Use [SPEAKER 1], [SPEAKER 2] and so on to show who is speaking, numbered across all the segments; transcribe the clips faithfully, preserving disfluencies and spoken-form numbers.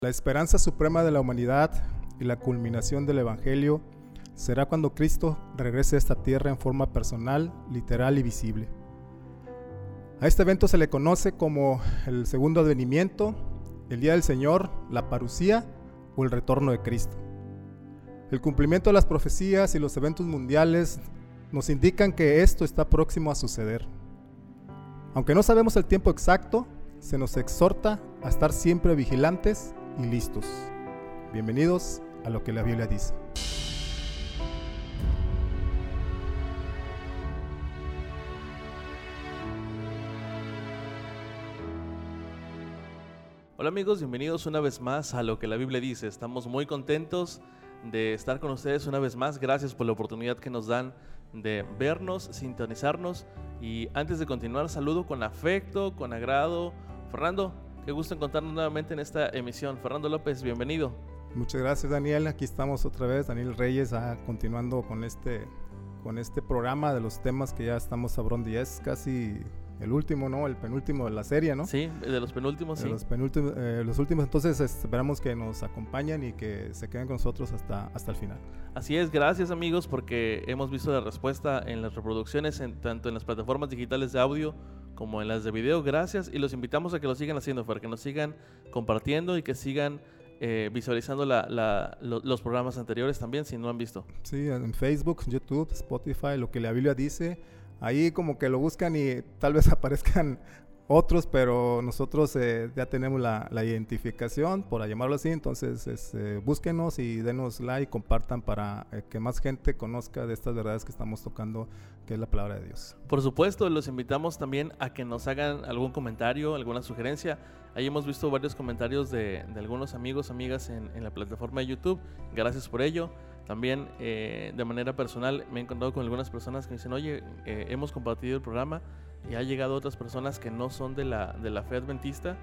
[SPEAKER 1] La esperanza suprema de la humanidad y la culminación del Evangelio será cuando Cristo regrese a esta tierra en forma personal, literal y visible. A este evento se le conoce como el segundo advenimiento, el día del Señor, la parusía o el retorno de Cristo. El cumplimiento de las profecías y los eventos mundiales nos indican que esto está próximo a suceder. Aunque no sabemos el tiempo exacto, se nos exhorta a estar siempre vigilantes y listos. Bienvenidos a lo que la Biblia dice.
[SPEAKER 2] Hola amigos, bienvenidos una vez más a lo que la Biblia dice. Estamos muy contentos de estar con ustedes una vez más. Gracias por la oportunidad que nos dan de vernos, sintonizarnos. Y antes de continuar, saludo con afecto, con agrado. Fernando, qué gusto encontrarnos nuevamente en esta emisión. Fernando López, bienvenido.
[SPEAKER 1] Muchas gracias, Daniel. Aquí estamos otra vez, Daniel Reyes, ah, continuando con este, con este programa de los temas que ya estamos abordando. Ya es casi el último, ¿no? El penúltimo de la serie, ¿no?
[SPEAKER 2] Sí, de los penúltimos,
[SPEAKER 1] de
[SPEAKER 2] sí.
[SPEAKER 1] Los penúltimos, eh, los últimos. Entonces esperamos que nos acompañen y que se queden con nosotros hasta, hasta el final.
[SPEAKER 2] Así es, gracias amigos, porque hemos visto la respuesta en las reproducciones, en, tanto en las plataformas digitales de audio como en las de video. Gracias, y los invitamos a que lo sigan haciendo, para que nos sigan compartiendo y que sigan eh, visualizando la, la, lo, los programas anteriores también, si no lo han visto.
[SPEAKER 1] Sí, en Facebook, YouTube, Spotify, lo que la Biblia dice. Ahí como que lo buscan y tal vez aparezcan otros, pero nosotros eh, ya tenemos la, la identificación, por llamarlo así. Entonces es, eh, búsquenos y denos like, compartan para eh, que más gente conozca de estas verdades que estamos tocando, que es la palabra de Dios.
[SPEAKER 2] Por supuesto, los invitamos también a que nos hagan algún comentario, alguna sugerencia. Ahí hemos visto varios comentarios de, de algunos amigos, amigas en, en la plataforma de YouTube. Gracias por ello. También eh, de manera personal me he encontrado con algunas personas que me dicen, oye, eh, hemos compartido el programa y ha llegado otras personas que no son de la, de la fe adventista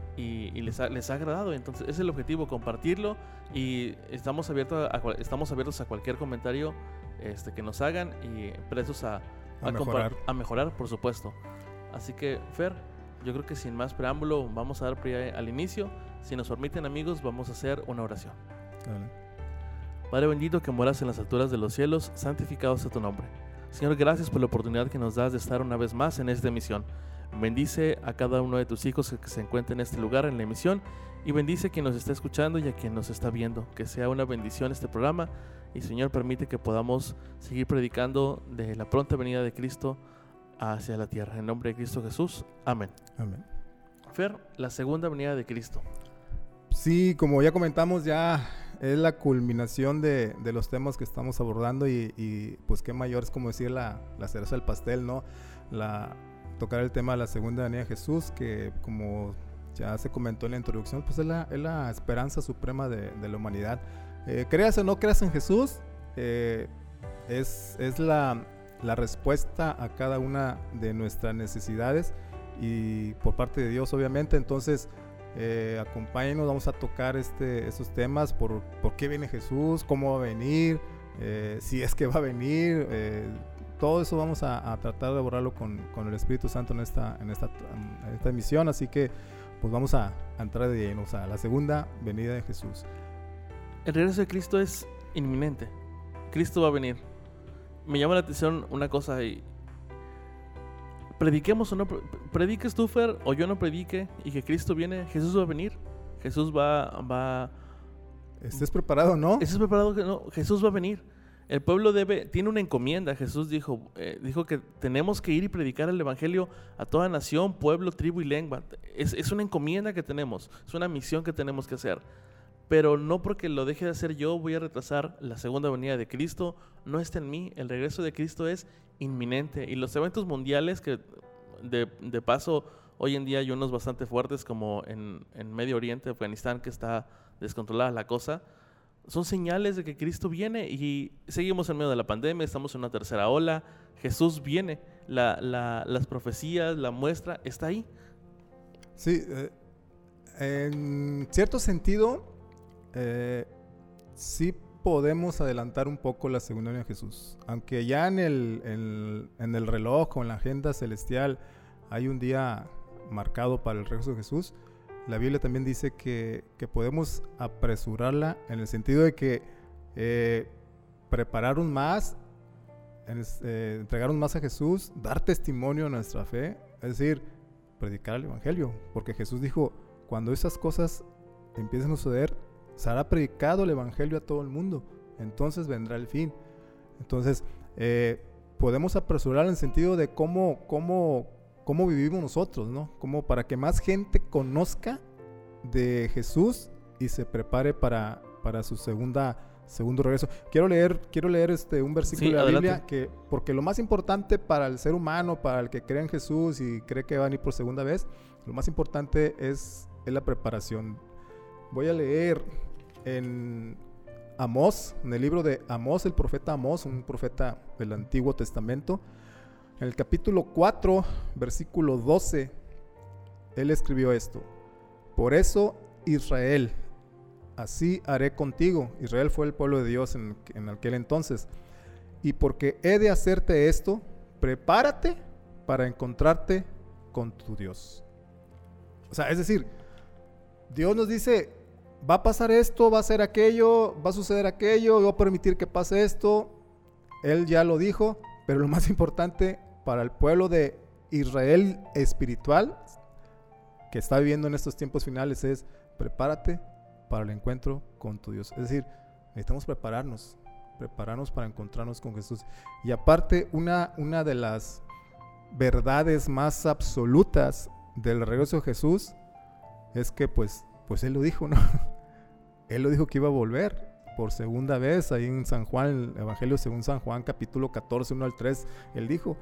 [SPEAKER 2] y, y les, ha, les ha agradado. Entonces es el objetivo, compartirlo, y estamos abiertos a, estamos abiertos a cualquier comentario este, que nos hagan, y prestos a, a,
[SPEAKER 1] a, mejorar.
[SPEAKER 2] a mejorar, por supuesto. Así que, Fer, yo creo que sin más preámbulo vamos a dar prioridad al inicio. Si nos permiten, amigos, vamos a hacer una oración.
[SPEAKER 1] Dale.
[SPEAKER 2] Padre bendito que moras en las alturas de los cielos, santificado sea tu nombre. Señor, gracias por la oportunidad que nos das de estar una vez más en esta emisión. Bendice a cada uno de tus hijos que se encuentre en este lugar, en la emisión, y bendice a quien nos está escuchando y a quien nos está viendo. Que sea una bendición este programa, y Señor, permite que podamos seguir predicando de la pronta venida de Cristo hacia la tierra. En nombre de Cristo Jesús, amén.
[SPEAKER 1] Amén.
[SPEAKER 2] Fer, la segunda venida de Cristo.
[SPEAKER 1] Sí, como ya comentamos, ya es la culminación de, de los temas que estamos abordando, y, y pues qué mayor es como decir la, la cereza del pastel, ¿no? La, tocar el tema de la segunda venida de Jesús, que como ya se comentó en la introducción, pues es la, es la esperanza suprema de, de la humanidad. Eh, creas o no creas en Jesús, eh, es, es la, la respuesta a cada una de nuestras necesidades, y por parte de Dios, obviamente. Entonces Eh, acompáñenos, vamos a tocar este, estos temas, por, por qué viene Jesús, cómo va a venir, eh, si es que va a venir, eh, todo eso vamos a, a tratar de abordarlo con, con el Espíritu Santo en esta, en, esta, en esta emisión. Así que pues vamos a, a entrar de lleno a la segunda venida de Jesús.
[SPEAKER 2] El regreso de Cristo es inminente. Cristo va a venir. Me llama la atención una cosa, y prediquemos o no, prediques tú, Fer, o yo no predique, y que Cristo viene, Jesús va a venir. Jesús va, va.
[SPEAKER 1] ¿Estés preparado, no?
[SPEAKER 2] ¿Estés preparado? No, Jesús va a venir. El pueblo debe, tiene una encomienda. Jesús dijo, eh, dijo que tenemos que ir y predicar el evangelio a toda nación, pueblo, tribu y lengua. Es, es una encomienda que tenemos, es una misión que tenemos que hacer. Pero no porque lo deje de hacer yo voy a retrasar la segunda venida de Cristo. No está en mí. El regreso de Cristo es inminente. Y los eventos mundiales, que de, de paso hoy en día hay unos bastante fuertes, como en, en Medio Oriente, Afganistán, que está descontrolada la cosa, son señales de que Cristo viene. Y seguimos en medio de la pandemia, estamos en una tercera ola. Jesús viene. La, la, las profecías, la muestra está ahí.
[SPEAKER 1] Sí, eh, en cierto sentido, Eh, sí podemos adelantar un poco la segunda venida de Jesús, aunque ya en el, en, en el reloj o en la agenda celestial hay un día marcado para el regreso de Jesús. la Biblia también dice que, que podemos apresurarla en el sentido de que eh, prepararnos más, en, eh, entregarnos más a Jesús, dar testimonio de nuestra fe, es decir, predicar el Evangelio, porque Jesús dijo, cuando esas cosas empiecen a suceder, será predicado el Evangelio a todo el mundo, entonces vendrá el fin. Entonces, eh, podemos apresurar en el sentido de cómo, cómo, cómo vivimos nosotros, ¿no? Como para que más gente conozca de Jesús y se prepare para, para su segunda, segundo regreso. Quiero leer, quiero leer este, un versículo
[SPEAKER 2] Sí,
[SPEAKER 1] de la
[SPEAKER 2] adelante.
[SPEAKER 1] Biblia, que, porque lo más importante para el ser humano, para el que cree en Jesús y cree que va a venir por segunda vez, lo más importante es, es la preparación. Voy a leer en Amós, en el libro de Amós, el profeta Amós, un profeta del Antiguo Testamento, en el capítulo cuatro, versículo doce, él escribió esto: por eso, Israel, así haré contigo. Israel fue el pueblo de Dios en, en aquel entonces. Y porque he de hacerte esto, prepárate para encontrarte con tu Dios. O sea, es decir, Dios nos dice, va a pasar esto, va a ser aquello, va a suceder aquello, va a permitir que pase esto. Él ya lo dijo, pero lo más importante para el pueblo de Israel espiritual que está viviendo en estos tiempos finales es prepárate para el encuentro con tu Dios. Es decir, necesitamos prepararnos, prepararnos para encontrarnos con Jesús. Y aparte, una, una de las verdades más absolutas del regreso de Jesús es que pues, pues Él lo dijo, ¿no? Él lo dijo que iba a volver por segunda vez. Ahí en San Juan, el Evangelio según San Juan, capítulo catorce, uno al tres, Él dijo,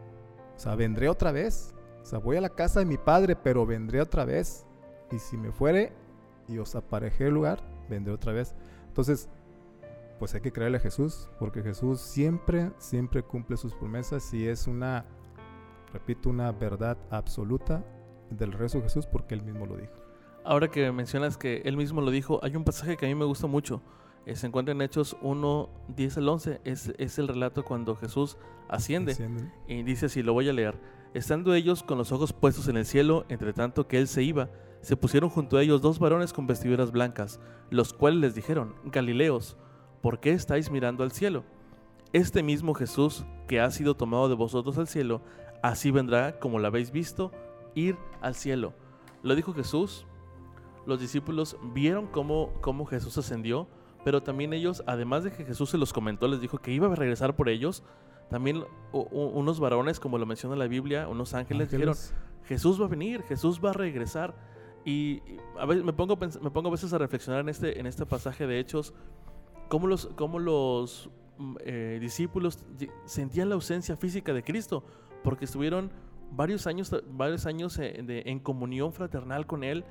[SPEAKER 1] o sea, vendré otra vez. O sea, voy a la casa de mi Padre, pero vendré otra vez. Y si me fuere y os aparejé el lugar, vendré otra vez. Entonces, pues hay que creerle a Jesús, porque Jesús siempre, siempre cumple sus promesas y es una, repito, una verdad absoluta del regreso de Jesús, porque Él mismo lo dijo.
[SPEAKER 2] Ahora que mencionas que Él mismo lo dijo, hay un pasaje que a mí me gusta mucho. Eh, se encuentra en Hechos uno, diez al once. Es, es el relato cuando Jesús asciende.
[SPEAKER 1] Asciende.
[SPEAKER 2] Y dice así, lo voy a leer. Estando ellos con los ojos puestos en el cielo, entre tanto que Él se iba, se pusieron junto a ellos dos varones con vestiduras blancas, los cuales les dijeron, Galileos, ¿por qué estáis mirando al cielo? Este mismo Jesús que ha sido tomado de vosotros al cielo, así vendrá como lo habéis visto ir al cielo. Lo dijo Jesús. Los discípulos vieron cómo, cómo Jesús ascendió, pero también ellos, además de que Jesús se los comentó, les dijo que iba a regresar por ellos, también u, u, unos varones, como lo menciona la Biblia, unos ángeles, ángeles. dijeron, Jesús va a venir, Jesús va a regresar. Y a veces me pongo, me pongo a veces a reflexionar en este, en este pasaje de Hechos, cómo los, cómo los eh, discípulos sentían la ausencia física de Cristo, porque estuvieron varios años, varios años eh, de, en comunión fraternal con Él,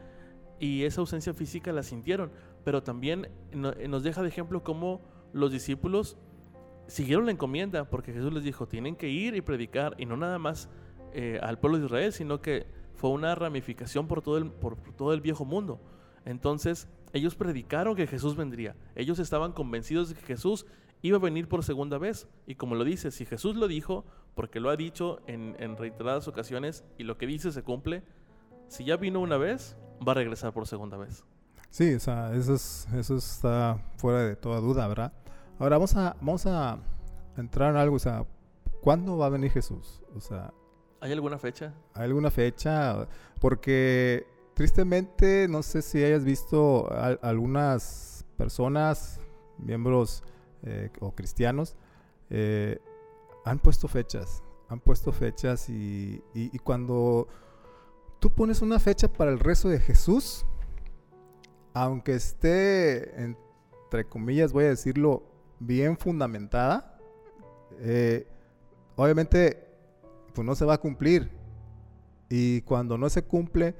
[SPEAKER 2] y esa ausencia física la sintieron, pero también no, nos deja de ejemplo cómo los discípulos siguieron la encomienda, porque Jesús les dijo, tienen que ir y predicar, y no nada más eh, al pueblo de Israel, sino que fue una ramificación por todo, el, por, por todo el viejo mundo. Entonces ellos predicaron que Jesús vendría, ellos estaban convencidos de que Jesús iba a venir por segunda vez, y como lo dice, si Jesús lo dijo, porque lo ha dicho en, en reiteradas ocasiones, y lo que dice se cumple, si ya vino una vez, va a regresar por segunda vez.
[SPEAKER 1] Sí, o sea, eso, es, eso está fuera de toda duda, ¿verdad? Ahora vamos a, vamos a entrar en algo, o sea, ¿cuándo va a venir Jesús? O sea,
[SPEAKER 2] ¿hay alguna fecha?
[SPEAKER 1] ¿Hay alguna fecha? Porque tristemente, no sé si hayas visto a, algunas personas, miembros eh, o cristianos, eh, han puesto fechas, han puesto fechas y, y, y cuando tú pones una fecha para el regreso de Jesús, aunque esté, entre comillas, voy a decirlo, bien fundamentada, eh, obviamente pues no se va a cumplir. Y cuando no se cumple,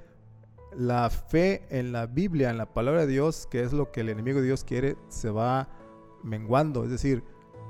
[SPEAKER 1] la fe en la Biblia, en la palabra de Dios, que es lo que el enemigo de Dios quiere, se va menguando. Es decir,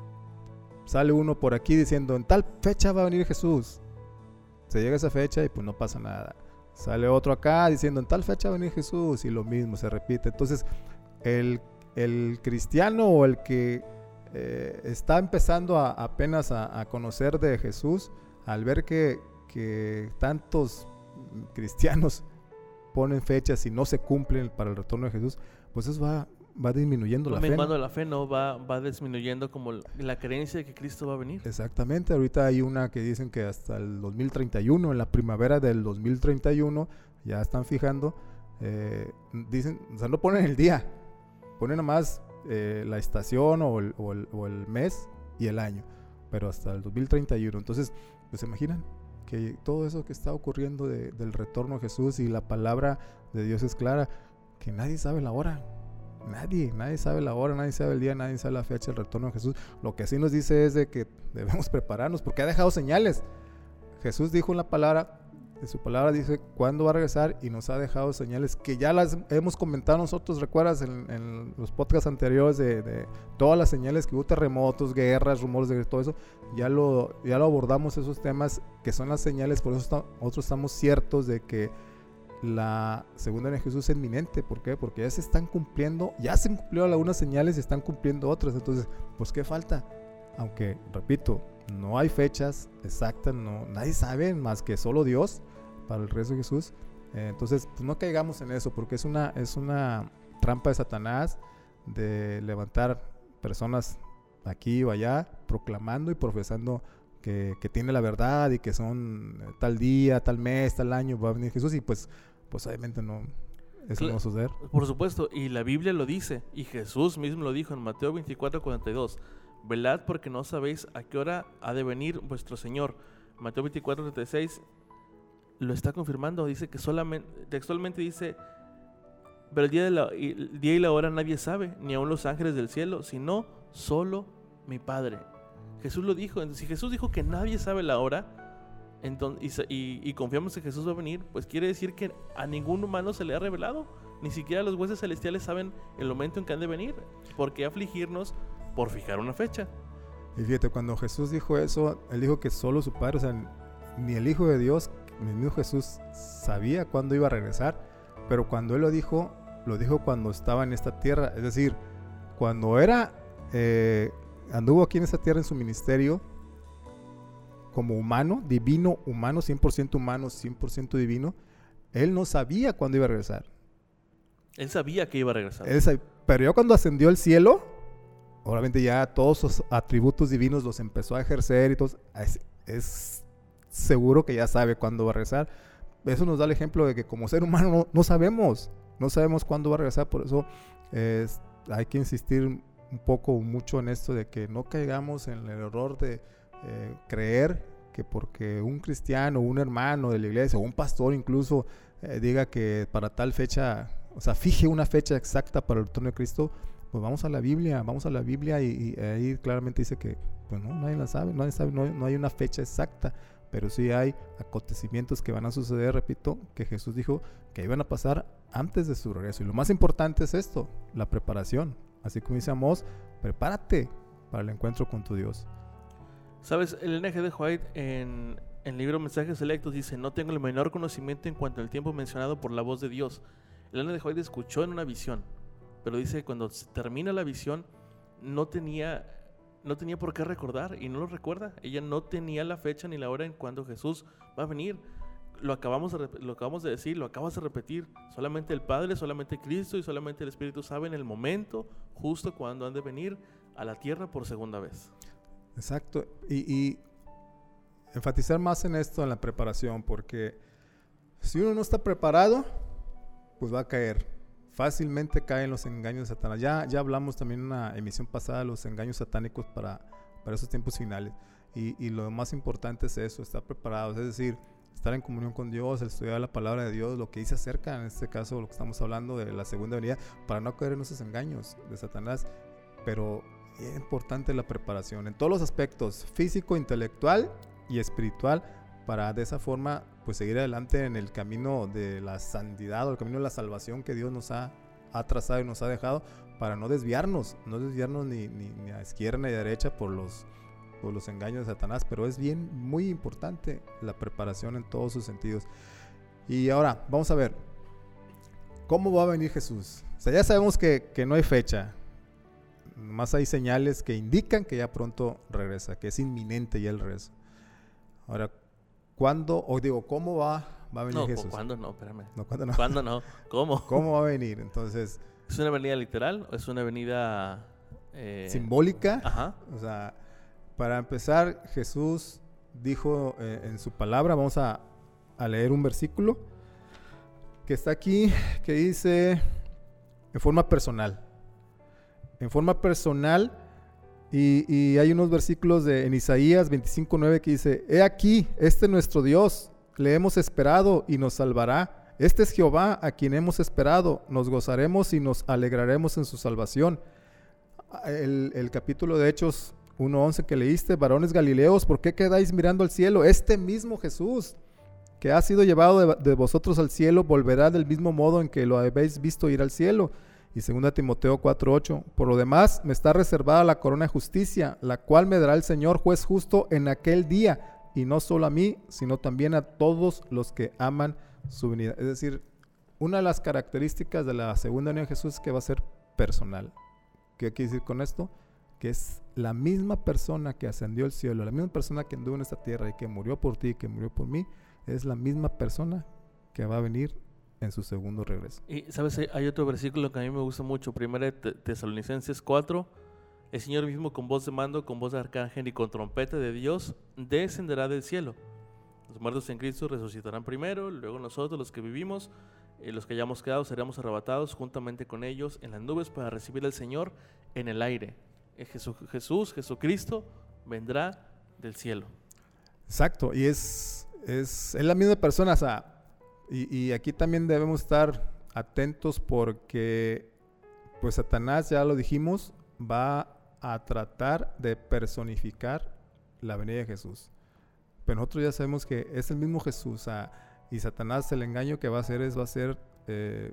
[SPEAKER 1] sale uno por aquí diciendo, en tal fecha va a venir Jesús. Se llega a esa fecha y pues no pasa nada. Sale otro acá diciendo, en tal fecha va a venir Jesús, y lo mismo se repite. Entonces, el, el cristiano o el que eh, está empezando a, apenas a, a conocer de Jesús, al ver que, que tantos cristianos ponen fechas y no se cumplen para el retorno de Jesús, pues eso va, va disminuyendo
[SPEAKER 2] Va
[SPEAKER 1] la fe.
[SPEAKER 2] menguando
[SPEAKER 1] ¿no?
[SPEAKER 2] la fe, ¿no? Va, va disminuyendo como la creencia de que Cristo va a venir.
[SPEAKER 1] Exactamente, ahorita hay una que dicen que hasta el dos mil treinta y uno, en la primavera del dos mil treinta y uno, ya están fijando, eh, dicen, o sea, no ponen el día, ponen nomás eh, la estación o el, o, el, o el mes y el año, pero hasta el dos mil treinta y uno. Entonces, pues se imaginan que todo eso que está ocurriendo de, del retorno de Jesús, y la palabra de Dios es clara, que nadie sabe la hora. Nadie, nadie sabe la hora, nadie sabe el día, nadie sabe la fecha del retorno de Jesús. Lo que sí nos dice es de que debemos prepararnos, porque ha dejado señales. Jesús dijo en la palabra, en su palabra dice cuándo va a regresar, y nos ha dejado señales que ya las hemos comentado nosotros, recuerdas en, en los podcasts anteriores de, de todas las señales que hubo, terremotos, guerras, rumores de todo eso, ya lo, ya lo abordamos, esos temas que son las señales. Por eso está, nosotros estamos ciertos de que la segunda de Jesús es inminente. ¿Por qué? Porque ya se están cumpliendo, ya se han cumplido algunas señales y están cumpliendo otras. Entonces, pues ¿qué falta? Aunque, repito, no hay fechas exactas, no, nadie sabe más que solo Dios para el regreso de Jesús. Eh, entonces, pues no caigamos en eso, porque es una, es una trampa de Satanás de levantar personas aquí o allá proclamando y profesando que, que tiene la verdad y que son tal día, tal mes, tal año va a venir Jesús, y pues, pues obviamente no, eso no va a suceder.
[SPEAKER 2] Por supuesto, y la Biblia lo dice, y Jesús mismo lo dijo en Mateo veinticuatro, cuarenta y dos: velad porque no sabéis a qué hora ha de venir vuestro Señor. Mateo veinticuatro, treinta y seis lo está confirmando, dice que solamente, textualmente dice: pero el día, de la, el día y la hora nadie sabe, ni aun los ángeles del cielo, sino solo mi Padre. Jesús lo dijo. Entonces, si Jesús dijo que nadie sabe la hora, entonces, y, y, y confiamos en que Jesús va a venir, pues quiere decir que a ningún humano se le ha revelado. Ni siquiera los huestes celestiales saben el momento en que han de venir. ¿Por qué afligirnos por fijar una fecha?
[SPEAKER 1] Y fíjate, cuando Jesús dijo eso, Él dijo que solo su Padre, o sea, ni el Hijo de Dios, ni el mismo Jesús sabía cuándo iba a regresar. Pero cuando Él lo dijo, lo dijo cuando estaba en esta tierra. Es decir, cuando era... Eh, anduvo aquí en esta tierra en su ministerio como humano, divino, humano, cien por ciento humano, cien por ciento divino. Él no sabía cuándo iba a regresar.
[SPEAKER 2] Él sabía que iba a regresar.
[SPEAKER 1] Él sab- pero ya cuando ascendió al cielo, obviamente ya todos sus atributos divinos los empezó a ejercer y todo, es, es seguro que ya sabe cuándo va a regresar. Eso nos da el ejemplo de que como ser humano no, no sabemos, no sabemos cuándo va a regresar. Por eso es, hay que insistir un poco, mucho en esto de que no caigamos en el error de eh, creer que porque un cristiano, un hermano de la iglesia o un pastor incluso eh, diga que para tal fecha, o sea, fije una fecha exacta para el retorno de Cristo, pues vamos a la Biblia, vamos a la Biblia y, y ahí claramente dice que pues no, nadie la sabe, nadie sabe, no, no hay una fecha exacta, pero sí hay acontecimientos que van a suceder, repito, que Jesús dijo que iban a pasar antes de su regreso. Y lo más importante es esto, la preparación. Así como dice Amós, prepárate para el encuentro con tu Dios.
[SPEAKER 2] ¿Sabes? El N G de White en, en el libro Mensajes Selectos dice: no tengo el menor conocimiento en cuanto al tiempo mencionado por la voz de Dios. El N G de White escuchó en una visión, pero dice que cuando termina la visión no tenía, no tenía por qué recordar, y no lo recuerda. Ella no tenía la fecha ni la hora en cuando Jesús va a venir. Lo acabamos, de, lo acabamos de decir, lo acabas de repetir. Solamente el Padre, solamente Cristo y solamente el Espíritu saben el momento justo cuando han de venir a la tierra por segunda vez.
[SPEAKER 1] Exacto. Y, y enfatizar más en esto, en la preparación, porque si uno no está preparado, pues va a caer. Fácilmente caen los engaños de Satanás. Ya, ya hablamos también en una emisión pasada de los engaños satánicos para, para esos tiempos finales. Y, y lo más importante es eso, estar preparados. Es decir, estar en comunión con Dios, el estudiar la palabra de Dios, lo que dice acerca, en este caso, lo que estamos hablando de la segunda venida, para no caer en esos engaños de Satanás. Pero es importante la preparación en todos los aspectos, físico, intelectual y espiritual, para de esa forma pues seguir adelante en el camino de la santidad o el camino de la salvación que Dios nos ha, ha trazado y nos ha dejado, para no desviarnos, no desviarnos ni, ni, ni a izquierda ni a derecha por los por los engaños de Satanás. Pero es bien, muy importante la preparación en todos sus sentidos. Y ahora, vamos a ver, ¿cómo va a venir Jesús? O sea, ya sabemos que, que no hay fecha, más hay señales que indican que ya pronto regresa, que es inminente ya el regreso. Ahora, ¿cuándo, o digo, cómo va, va a venir
[SPEAKER 2] No,
[SPEAKER 1] Jesús?
[SPEAKER 2] ¿cuándo no? Espérame.
[SPEAKER 1] No, ¿cuándo no?
[SPEAKER 2] ¿Cuándo no? ¿Cómo?
[SPEAKER 1] ¿Cómo va a venir? Entonces,
[SPEAKER 2] ¿Es una venida literal o es una venida eh,
[SPEAKER 1] simbólica.
[SPEAKER 2] Ajá.
[SPEAKER 1] O sea, para empezar, Jesús dijo eh, en su palabra, vamos a, a leer un versículo que está aquí, que dice en forma personal. En forma personal, y, y hay unos versículos de, en Isaías veinticinco nueve que dice: He aquí, este es nuestro Dios, le hemos esperado y nos salvará. Este es Jehová a quien hemos esperado, nos gozaremos y nos alegraremos en su salvación. El, el capítulo de Hechos uno once que leíste: varones galileos, ¿por qué quedáis mirando al cielo? Este mismo Jesús que ha sido llevado de, de vosotros al cielo volverá del mismo modo en que lo habéis visto ir al cielo. Y segunda Timoteo cuatro ocho: por lo demás me está reservada la corona de justicia, la cual me dará el Señor juez justo en aquel día, y no solo a mí, sino también a todos los que aman su venida. Es decir, una de las características de la segunda venida de Jesús es que va a ser personal. ¿Qué quiere decir con esto? Que es la misma persona que ascendió al cielo, la misma persona que anduvo en esta tierra y que murió por ti, que murió por mí, es la misma persona que va a venir en su segundo regreso.
[SPEAKER 2] Y sabes, hay otro versículo que a mí me gusta mucho, primero de Tesalonicenses cuatro: el Señor mismo con voz de mando, con voz de arcángel y con trompeta de Dios descenderá del cielo. Los muertos en Cristo resucitarán primero, luego nosotros los que vivimos, eh, los que hayamos quedado, seremos arrebatados juntamente con ellos en las nubes para recibir al Señor en el aire. Eh, Jesús, Jesús, Jesucristo vendrá del cielo.
[SPEAKER 1] Exacto, y es, es, es la misma persona, o sea, y, y aquí también debemos estar atentos porque pues Satanás, ya lo dijimos, va a tratar de personificar la venida de Jesús. Pero nosotros ya sabemos que es el mismo Jesús, o sea, y Satanás, el engaño que va a hacer es, va a ser eh,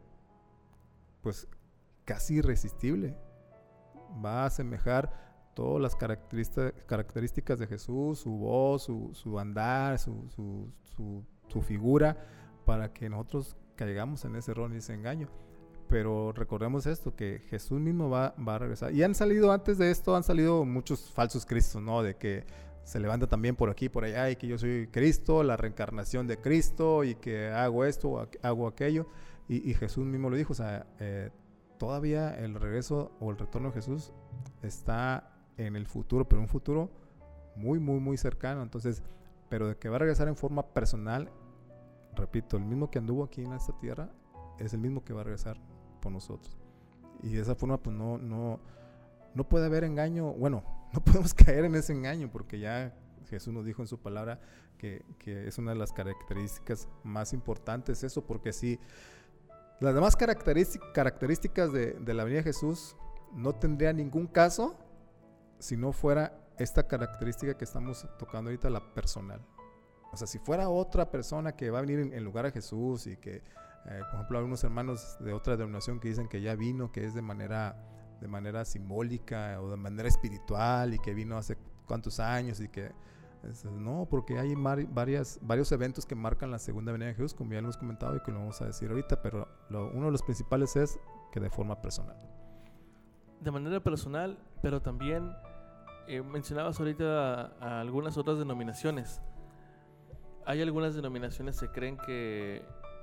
[SPEAKER 1] pues casi irresistible. Va a asemejar todas las características, características de Jesús, su voz, su, su andar, su, su, su, su figura, para que nosotros caigamos en ese error y ese engaño. Pero recordemos esto, que Jesús mismo va, va a regresar. Y han salido, antes de esto, han salido muchos falsos cristos, ¿no? De que se levanta también por aquí, por allá, y que yo soy Cristo, la reencarnación de Cristo, y que hago esto, hago aquello. Y, y Jesús mismo lo dijo, o sea, eh, todavía el regreso o el retorno de Jesús está en el futuro, pero un futuro muy, muy, muy cercano. Entonces, pero de que va a regresar en forma personal, repito, el mismo que anduvo aquí en esta tierra es el mismo que va a regresar por nosotros. Y de esa forma, pues no, no, no puede haber engaño. Bueno, no podemos caer en ese engaño, porque ya Jesús nos dijo en su palabra que, que es una de las características más importantes eso, porque si las demás características, características de, de la venida de Jesús no tendría ningún caso si no fuera esta característica que estamos tocando ahorita, la personal. O sea, si fuera otra persona que va a venir en, en lugar de Jesús y que, eh, por ejemplo, algunos hermanos de otra denominación que dicen que ya vino, que es de manera, de manera simbólica o de manera espiritual y que vino hace cuántos años y que... Es, no, porque hay mar, varias, varios eventos que marcan la segunda venida de Jesús, como ya lo hemos comentado y que lo vamos a decir ahorita, pero lo, uno de los principales es que de forma personal.
[SPEAKER 2] De manera personal, pero también eh, mencionabas ahorita a, a algunas otras denominaciones. Hay algunas denominaciones que creen que,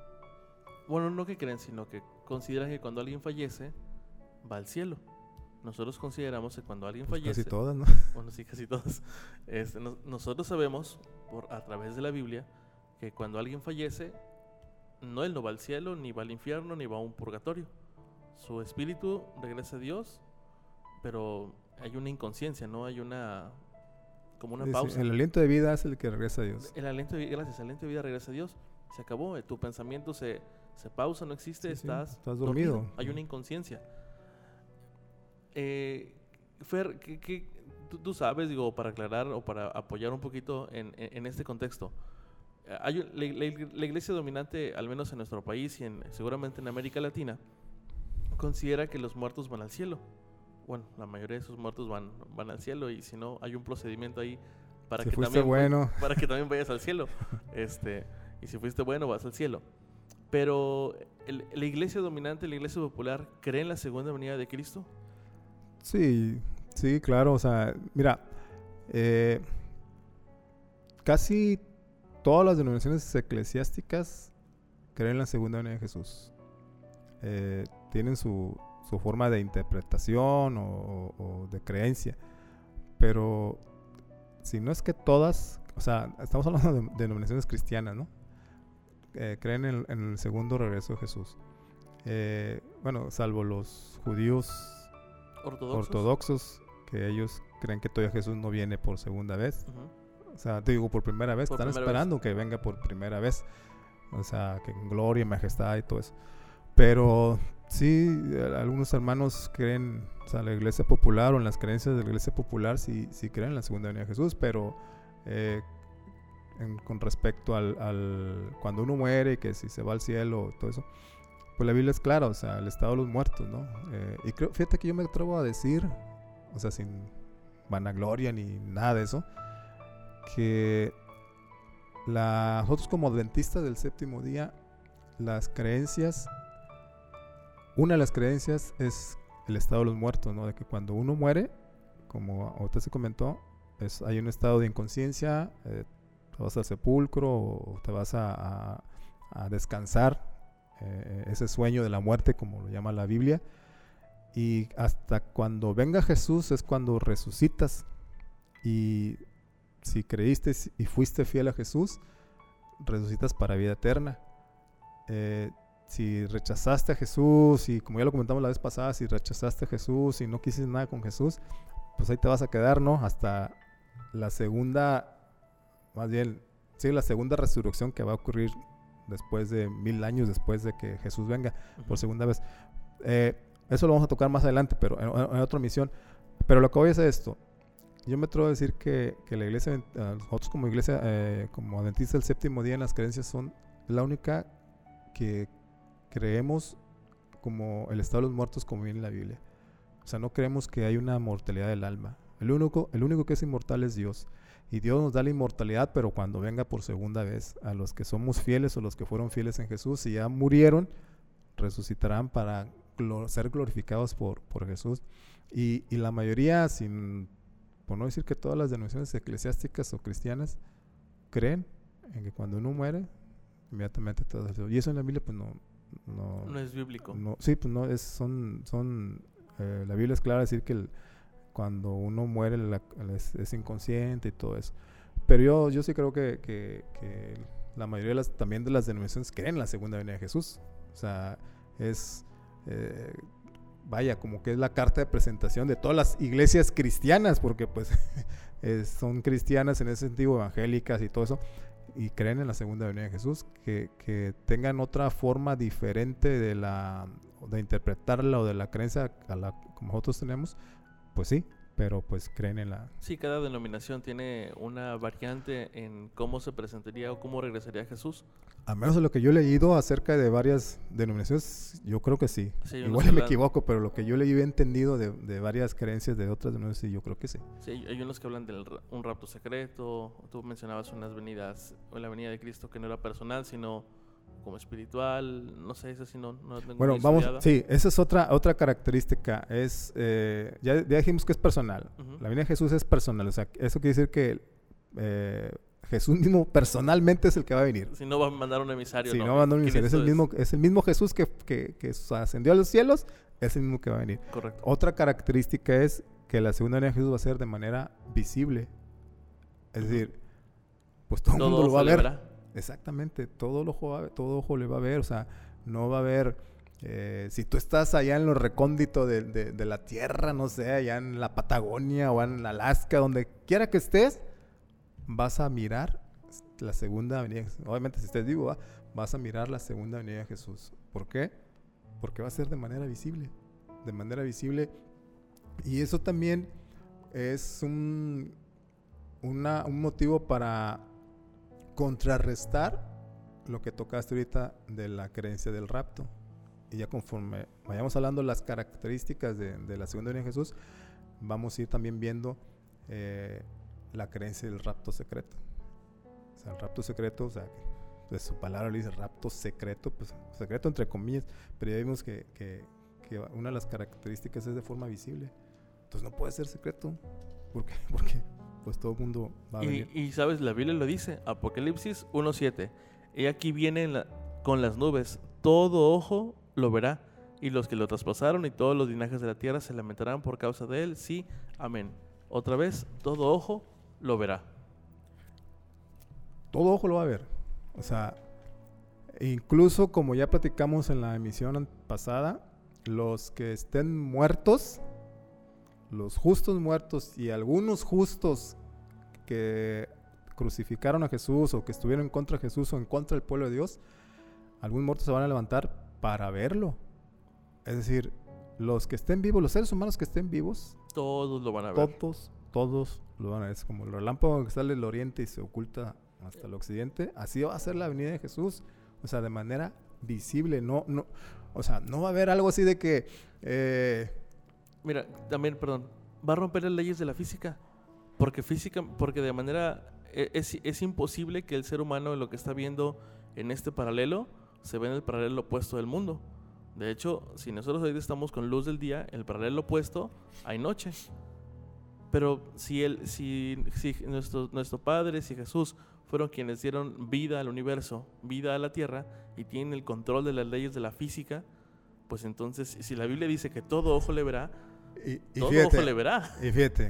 [SPEAKER 2] bueno, no que creen, sino que consideran que cuando alguien fallece, va al cielo. Nosotros consideramos que cuando alguien
[SPEAKER 1] Pues
[SPEAKER 2] fallece...
[SPEAKER 1] casi todas, ¿no?
[SPEAKER 2] Bueno, sí, casi todas. Este, no, nosotros sabemos, por, a través de la Biblia, que cuando alguien fallece, no él no va al cielo, ni va al infierno, ni va a un purgatorio. Su espíritu regresa a Dios, pero hay una inconsciencia, ¿no? Hay una... como una
[SPEAKER 1] Sí,
[SPEAKER 2] pausa.
[SPEAKER 1] sí, el aliento de vida es el que regresa a Dios.
[SPEAKER 2] El aliento de, gracias, el aliento de vida regresa a Dios. Se acabó, eh, tu pensamiento se, se pausa, no existe,
[SPEAKER 1] Sí,
[SPEAKER 2] estás,
[SPEAKER 1] sí, estás dormido.
[SPEAKER 2] dormido. Hay una inconsciencia. Eh, Fer, ¿qué, qué, tú, tú sabes, digo, para aclarar o para apoyar un poquito en, en, en este contexto? Eh, hay, la, la, la iglesia dominante, al menos en nuestro país y en, seguramente en América Latina, considera que los muertos van al cielo. Bueno, la mayoría de esos muertos van, van al cielo, y si no, hay un procedimiento ahí para,
[SPEAKER 1] si
[SPEAKER 2] que,
[SPEAKER 1] fuiste
[SPEAKER 2] también,
[SPEAKER 1] bueno.
[SPEAKER 2] para que también vayas al cielo. este, y si fuiste bueno, vas al cielo. Pero el, la iglesia dominante, la iglesia popular, ¿cree en la segunda venida de Cristo?
[SPEAKER 1] Sí, sí, claro. O sea, mira, eh, casi todas las denominaciones eclesiásticas creen en la segunda venida de Jesús. Eh, tienen su, su forma de interpretación o, o de creencia, pero si no es que todas, o sea, estamos hablando de, de denominaciones cristianas, ¿no? Eh, creen en, en el segundo regreso de Jesús. Eh, bueno, salvo los judíos
[SPEAKER 2] ortodoxos,
[SPEAKER 1] ortodoxos, que ellos creen que todavía Jesús no viene por segunda vez.
[SPEAKER 2] Uh-huh.
[SPEAKER 1] O sea, te digo por primera vez,
[SPEAKER 2] por
[SPEAKER 1] están
[SPEAKER 2] primera
[SPEAKER 1] esperando
[SPEAKER 2] vez.
[SPEAKER 1] que venga por primera vez. O sea, que en gloria, majestad y todo eso. Pero sí, algunos hermanos creen, o sea, la iglesia popular o en las creencias de la iglesia popular sí, sí creen en la segunda venida de Jesús, pero eh, en, con respecto al, al cuando uno muere, que si se va al cielo, todo eso, pues la Biblia es clara, o sea, el estado de los muertos, ¿no? Eh, y creo, fíjate que yo me atrevo a decir, o sea, sin vanagloria ni nada de eso, que la, nosotros como adventistas del séptimo día, las creencias, una de las creencias es el estado de los muertos, ¿no? De que cuando uno muere, como ahorita se comentó, es, hay un estado de inconsciencia, eh, te vas al sepulcro o te vas a, a, a descansar, eh, ese sueño de la muerte, como lo llama la Biblia, y hasta cuando venga Jesús es cuando resucitas. Y si creíste y fuiste fiel a Jesús, resucitas para vida eterna. Eh, si rechazaste a Jesús, y como ya lo comentamos la vez pasada, si rechazaste a Jesús y no quisiste nada con Jesús, pues ahí te vas a quedar, ¿no? Hasta la segunda, más bien, sí, la segunda resurrección que va a ocurrir después de mil años, después de que Jesús venga uh-huh. por segunda vez. Eh, eso lo vamos a tocar más adelante, pero en, en otra misión. Pero lo que voy a hacer es esto. Yo me atrevo a decir que, que la iglesia, nosotros como iglesia, eh, como adventistas del séptimo día en las creencias, son la única que creemos como el estado de los muertos como viene en la Biblia. O sea, no creemos que hay una mortalidad del alma. El único, el único que es inmortal es Dios. Y Dios nos da la inmortalidad, pero cuando venga por segunda vez. A los que somos fieles o los que fueron fieles en Jesús y ya murieron, resucitarán para glor- ser glorificados por, por Jesús. Y, y la mayoría, sin, por no decir que todas las denominaciones eclesiásticas o cristianas, creen en que cuando uno muere, inmediatamente todo eso. Y eso en la Biblia pues no... No,
[SPEAKER 2] no es bíblico.
[SPEAKER 1] No, sí, pues no, es, son... son eh, la Biblia es clara decir que el, cuando uno muere la, es, es inconsciente y todo eso. Pero yo, yo sí creo que, que, que la mayoría de las, también de las denominaciones creen en la segunda venida de Jesús. O sea, es... Eh, vaya, como que es la carta de presentación de todas las iglesias cristianas, porque pues es, son cristianas en ese sentido, evangélicas y todo eso, y creen en la segunda venida de Jesús. Que, que tengan otra forma diferente de la de interpretarla o de la creencia a la como nosotros tenemos, pues sí, pero pues creen en la...
[SPEAKER 2] Sí, cada denominación tiene una variante en cómo se presentaría o cómo regresaría Jesús.
[SPEAKER 1] A menos de lo que yo he leído acerca de varias denominaciones, yo creo que sí.
[SPEAKER 2] Sí,
[SPEAKER 1] igual me equivoco, pero lo que yo le he entendido de, de varias creencias de otras denominaciones, yo creo que sí.
[SPEAKER 2] Sí, hay unos que hablan de un rapto secreto. Tú mencionabas unas venidas, o la venida de Cristo que no era personal, sino como espiritual. No sé, eso sí no, no tengo
[SPEAKER 1] Bueno, vamos, estudiada. Sí, esa es otra otra característica. Es eh, ya, ya dijimos que es personal. Uh-huh. La venida de Jesús es personal. O sea, eso quiere decir que eh, Jesús mismo personalmente es el que va a venir.
[SPEAKER 2] Si no va a mandar un emisario.
[SPEAKER 1] Si
[SPEAKER 2] no,
[SPEAKER 1] no va a mandar un emisario. Es el,
[SPEAKER 2] es...
[SPEAKER 1] mismo, es el mismo Jesús que, que, que ascendió a los cielos, es el mismo que va a venir.
[SPEAKER 2] Correcto.
[SPEAKER 1] Otra característica es que la segunda venida de Jesús va a ser de manera visible. Es uh-huh. decir, pues todo el mundo lo va a ver. Verá. Exactamente, todo el ojo, va, todo ojo le va a ver. O sea, no va a haber... Eh, si tú estás allá en lo recóndito de, de, de la tierra, no sé, allá en la Patagonia o en Alaska, donde quiera que estés, vas a mirar la segunda venida de Jesús. Obviamente, si estés vivo, ¿va? vas a mirar la segunda venida de Jesús. ¿Por qué? Porque va a ser de manera visible. De manera visible. Y eso también es un, una, un motivo para contrarrestar lo que tocaste ahorita de la creencia del rapto. Y ya conforme vayamos hablando las características de, de la segunda venida de Jesús, vamos a ir también viendo eh, la creencia del rapto secreto. O sea, el rapto secreto, o sea, pues su palabra le dice rapto secreto, pues secreto entre comillas, pero ya vimos que, que, que una de las características es de forma visible. Entonces no puede ser secreto. ¿Por qué? Porque pues todo el mundo va a
[SPEAKER 2] y,
[SPEAKER 1] venir.
[SPEAKER 2] y sabes, la Biblia lo dice, Apocalipsis uno siete. He aquí viene en la- con las nubes, todo ojo lo verá, y los que lo traspasaron y todos los linajes de la tierra se lamentarán por causa de él. Sí, amén. Otra vez, todo ojo lo verá.
[SPEAKER 1] Todo ojo lo va a ver. O sea, incluso como ya platicamos en la emisión pasada, los que estén muertos, los justos muertos y algunos justos que crucificaron a Jesús o que estuvieron en contra de Jesús o en contra del pueblo de Dios, algunos muertos se van a levantar para verlo. Es decir, los que estén vivos, los seres humanos que estén vivos,
[SPEAKER 2] Todos lo van a ver.
[SPEAKER 1] todos, todos lo van a ver. Es como el relámpago que sale del oriente y se oculta hasta el occidente. Así va a ser la venida de Jesús. O sea, de manera visible. No, no, o sea, no va a haber algo así de que... Eh,
[SPEAKER 2] Mira, también, perdón, va a romper las leyes de la física. Porque física, porque de manera... e- Es, es imposible que el ser humano lo que está viendo en este paralelo se ve en el paralelo opuesto del mundo. De hecho, si nosotros ahorita estamos con luz del día, el paralelo opuesto hay noche. Pero si, el, si, si nuestro, nuestro Padre, si Jesús fueron quienes dieron vida al universo, vida a la tierra, y tienen el control de las leyes de la física, pues entonces, si la Biblia dice que todo ojo le verá,
[SPEAKER 1] y, y
[SPEAKER 2] todo
[SPEAKER 1] fíjate,
[SPEAKER 2] ojo le verá.
[SPEAKER 1] Y fíjate,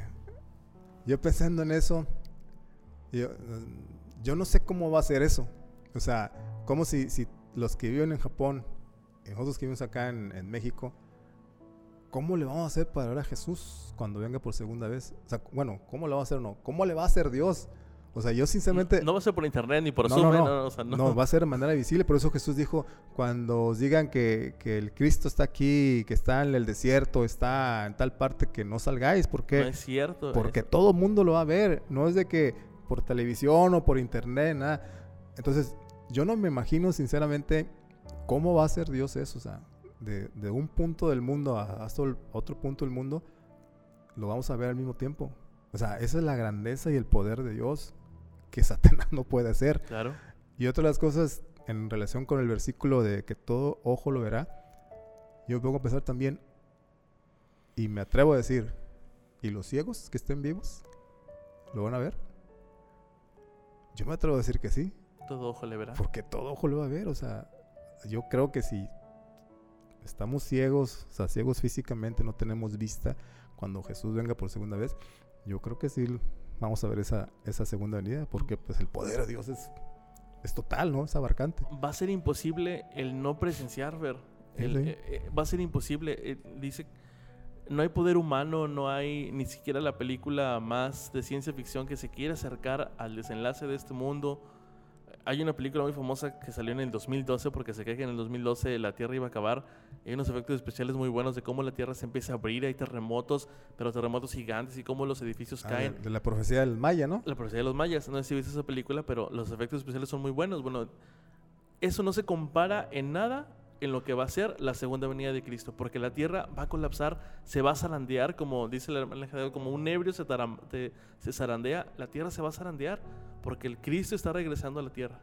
[SPEAKER 1] yo pensando en eso, yo, yo no sé cómo va a ser eso. O sea, como si, si los que viven en Japón, y nosotros que vivimos acá en, en México, ¿cómo le vamos a hacer para ver a Jesús cuando venga por segunda vez? O sea, bueno, ¿cómo le va a hacer o no? ¿Cómo le va a hacer Dios? O sea, yo sinceramente...
[SPEAKER 2] No, no va a ser por internet ni por
[SPEAKER 1] no,
[SPEAKER 2] Zoom.
[SPEAKER 1] no, no,
[SPEAKER 2] No, no, o sea, no.
[SPEAKER 1] no, va a ser de manera visible. Por eso Jesús dijo, cuando os digan que, que el Cristo está aquí, que está en el desierto, está en tal parte, que no salgáis. ¿Por qué?
[SPEAKER 2] No es cierto.
[SPEAKER 1] Porque
[SPEAKER 2] eso.
[SPEAKER 1] todo el mundo lo va a ver. No es de que por televisión o por internet, nada. Entonces, yo no me imagino sinceramente cómo va a ser Dios eso. O sea, de, de un punto del mundo a, hasta el otro punto del mundo, lo vamos a ver al mismo tiempo. O sea, esa es la grandeza y el poder de Dios que Satanás no puede hacer.
[SPEAKER 2] Claro.
[SPEAKER 1] Y otra de las cosas en relación con el versículo de que todo ojo lo verá, yo pongo a pensar también, y me atrevo a decir, ¿y los ciegos que estén vivos lo van a ver? Yo me atrevo a decir que sí,
[SPEAKER 2] Todo ojo le verá.
[SPEAKER 1] porque todo ojo lo va a ver. O sea, yo creo que si estamos ciegos, o sea, ciegos físicamente, no tenemos vista, cuando Jesús venga por segunda vez, yo creo que sí vamos a ver esa, esa segunda venida, porque pues el poder de Dios es, es total, ¿no? Es abarcante.
[SPEAKER 2] Va a ser imposible el no presenciar, ver. El,
[SPEAKER 1] Sí, sí.
[SPEAKER 2] eh, eh, va a ser imposible. Eh, dice, no hay poder humano, no hay ni siquiera la película más de ciencia ficción que se quiera acercar al desenlace de este mundo. Hay una película muy famosa que salió en el dos mil doce porque se cree que en el dos mil doce la Tierra iba a acabar. Hay unos efectos especiales muy buenos de cómo la Tierra se empieza a abrir, hay terremotos, pero terremotos gigantes y cómo los edificios
[SPEAKER 1] Ah,
[SPEAKER 2] caen.
[SPEAKER 1] de, de la profecía del Maya, ¿no?
[SPEAKER 2] La profecía de los mayas, no sé si viste esa película, pero los efectos especiales son muy buenos. Bueno, eso no se compara en nada en lo que va a ser la segunda venida de Cristo, porque la tierra va a colapsar, se va a zarandear, como dice el hermano Jadeo, como un ebrio se, taram, te, se zarandea, la tierra se va a zarandear, porque el Cristo está regresando a la tierra.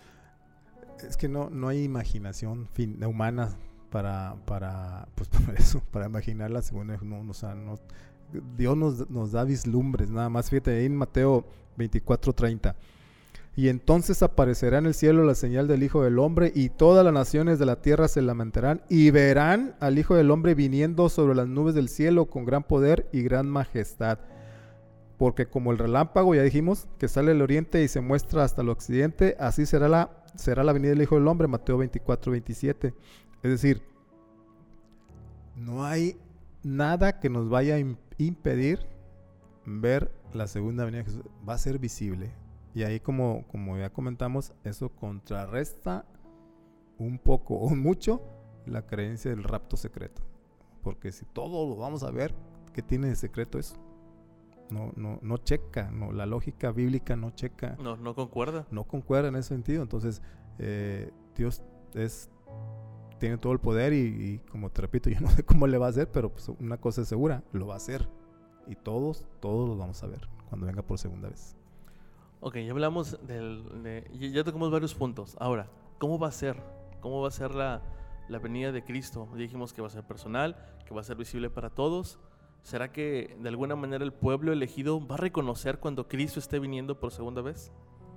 [SPEAKER 1] Es que no, no hay imaginación fin, humana para, para, pues, para eso, para imaginar la segunda. No, o sea, no, Dios nos, nos da vislumbres, nada más. Fíjate ahí en Mateo veinticuatro treinta. Y entonces aparecerá en el cielo la señal del Hijo del Hombre, y todas las naciones de la tierra se lamentarán, y verán al Hijo del Hombre viniendo sobre las nubes del cielo con gran poder y gran majestad. Porque como el relámpago, ya dijimos, que sale del oriente y se muestra hasta el occidente, así será la, será la venida del Hijo del Hombre, Mateo veinticuatro veintisiete. Es decir, no hay nada que nos vaya a impedir ver la segunda venida de Jesús. Va a ser visible. Y ahí, como, como ya comentamos, eso contrarresta un poco o mucho la creencia del rapto secreto. Porque si todo lo vamos a ver, ¿qué tiene de secreto eso? No, no, no checa, no, la lógica bíblica no checa.
[SPEAKER 2] No, no concuerda.
[SPEAKER 1] No concuerda en ese sentido. Entonces, eh, Dios es, tiene todo el poder y, y, como te repito, yo no sé cómo le va a hacer, pero pues una cosa es segura, lo va a hacer. Y todos, todos lo vamos a ver cuando venga por segunda vez.
[SPEAKER 2] Ok, ya hablamos del... De, ya tocamos varios puntos. Ahora, ¿cómo va a ser? ¿Cómo va a ser la, la venida de Cristo? Dijimos que va a ser personal, que va a ser visible para todos. ¿Será que de alguna manera el pueblo elegido va a reconocer cuando Cristo esté viniendo por segunda vez?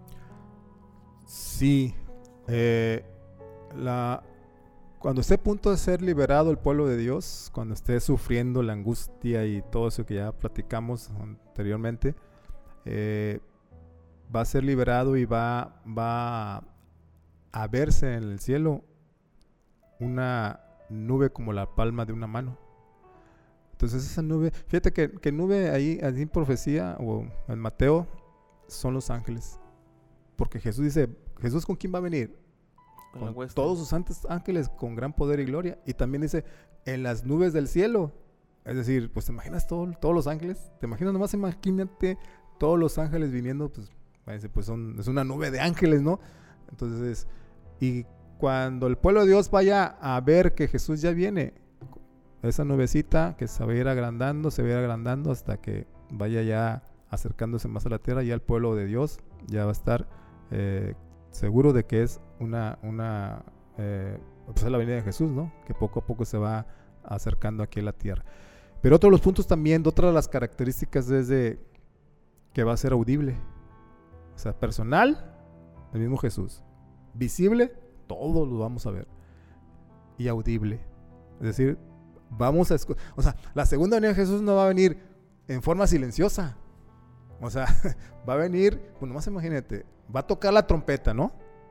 [SPEAKER 1] Sí. Eh, la, cuando esté a punto de ser liberado el pueblo de Dios, cuando esté sufriendo la angustia y todo eso que ya platicamos anteriormente, eh, va a ser liberado y va, va a verse en el cielo una nube como la palma de una mano. Entonces esa nube, fíjate que, que nube ahí, ahí en profecía o en Mateo son los ángeles, porque Jesús dice, ¿Jesús con quién va a venir? Con, con todos sus santos ángeles con gran poder y gloria. Y también dice, en las nubes del cielo. Es decir, pues te imaginas todo, todos los ángeles, te imaginas nomás, imagínate todos los ángeles viniendo, pues, pues son, es una nube de ángeles, ¿no? Entonces, y cuando el pueblo de Dios vaya a ver que Jesús ya viene, esa nubecita que se va a ir agrandando, se va a ir agrandando hasta que vaya ya acercándose más a la tierra, ya el pueblo de Dios ya va a estar eh, seguro de que es una, una eh, pues es la venida de Jesús, ¿no? Que poco a poco se va acercando aquí a la tierra. Pero otro de los puntos también, otra de las características es de que va a ser audible. O sea, personal, el mismo Jesús. Visible, todos lo vamos a ver. Y audible. Es decir, vamos a escuchar. O sea, la segunda venida de Jesús no va a venir en forma silenciosa. O sea, va a venir, pues nomás imagínate, va a tocar la trompeta, ¿no?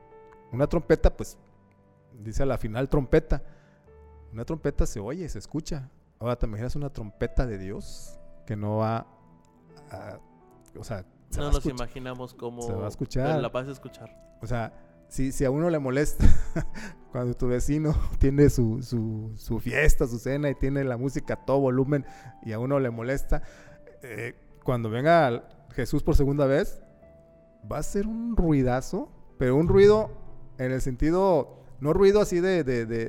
[SPEAKER 1] Una trompeta, pues, dice a la final trompeta. Una trompeta se oye, se escucha. Ahora, ¿te imaginas una trompeta de Dios que no va a... O sea,
[SPEAKER 2] se no va nos a imaginamos cómo...
[SPEAKER 1] Se va a escuchar.
[SPEAKER 2] La vas a escuchar.
[SPEAKER 1] O sea, si, si a uno le molesta cuando tu vecino tiene su, su, su fiesta, su cena y tiene la música a todo volumen y a uno le molesta, eh, cuando venga Jesús por segunda vez, va a ser un ruidazo, pero un ruido en el sentido, no ruido así de, de, de, de,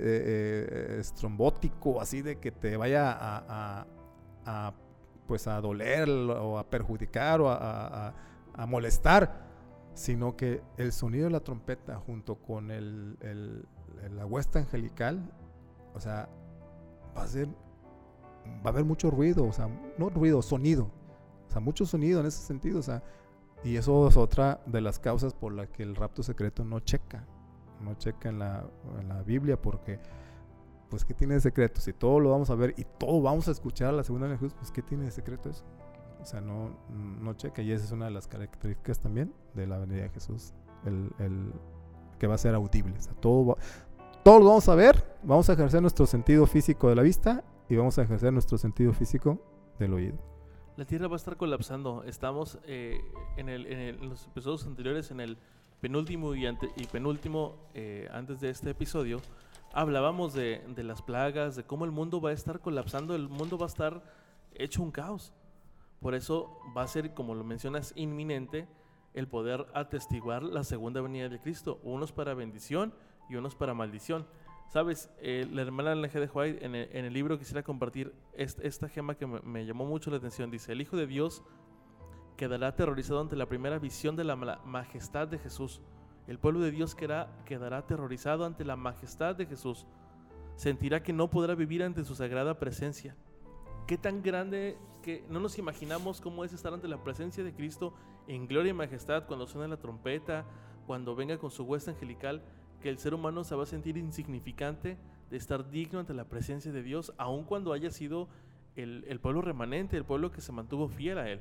[SPEAKER 1] de estrombótico, así de que te vaya a, a, a, pues a doler o a perjudicar o a, a, a molestar, sino que el sonido de la trompeta junto con el, el, el, la huesta angelical, o sea, va a ser, va a haber mucho ruido, o sea, no ruido, sonido, o sea, mucho sonido en ese sentido, o sea, y eso es otra de las causas por las que el rapto secreto no checa, no checa en la, en la Biblia, porque, pues, ¿qué tiene de secreto? Si todo lo vamos a ver y todo vamos a escuchar a la segunda venida de Jesús, pues, ¿qué tiene de secreto eso? O sea, no, no checa, y esa es una de las características también de la venida de Jesús, el, el que va a ser audible, o sea, todo, va, todo lo vamos a ver, vamos a ejercer nuestro sentido físico de la vista y vamos a ejercer nuestro sentido físico del oído.
[SPEAKER 2] La Tierra va a estar colapsando. Estamos eh, en, el, en, el, en los episodios anteriores, en el penúltimo y, ante, y penúltimo, eh, antes de este episodio, hablábamos de, de las plagas, de cómo el mundo va a estar colapsando, el mundo va a estar hecho un caos. Por eso va a ser, como lo mencionas, inminente el poder atestiguar la segunda venida de Cristo, unos para bendición y unos para maldición. Sabes, eh, la hermana Ellen G. White en el, en el libro quisiera compartir este, esta gema que me, me llamó mucho la atención. Dice, el Hijo de Dios quedará aterrorizado ante la primera visión de la majestad de Jesús. El pueblo de Dios quedará, quedará aterrorizado ante la majestad de Jesús. Sentirá que no podrá vivir ante su sagrada presencia. Qué tan grande que no nos imaginamos cómo es estar ante la presencia de Cristo en gloria y majestad cuando suene la trompeta, cuando venga con su hueste angelical, que el ser humano se va a sentir insignificante de estar digno ante la presencia de Dios, aun cuando haya sido el, el pueblo remanente, el pueblo que se mantuvo fiel a Él.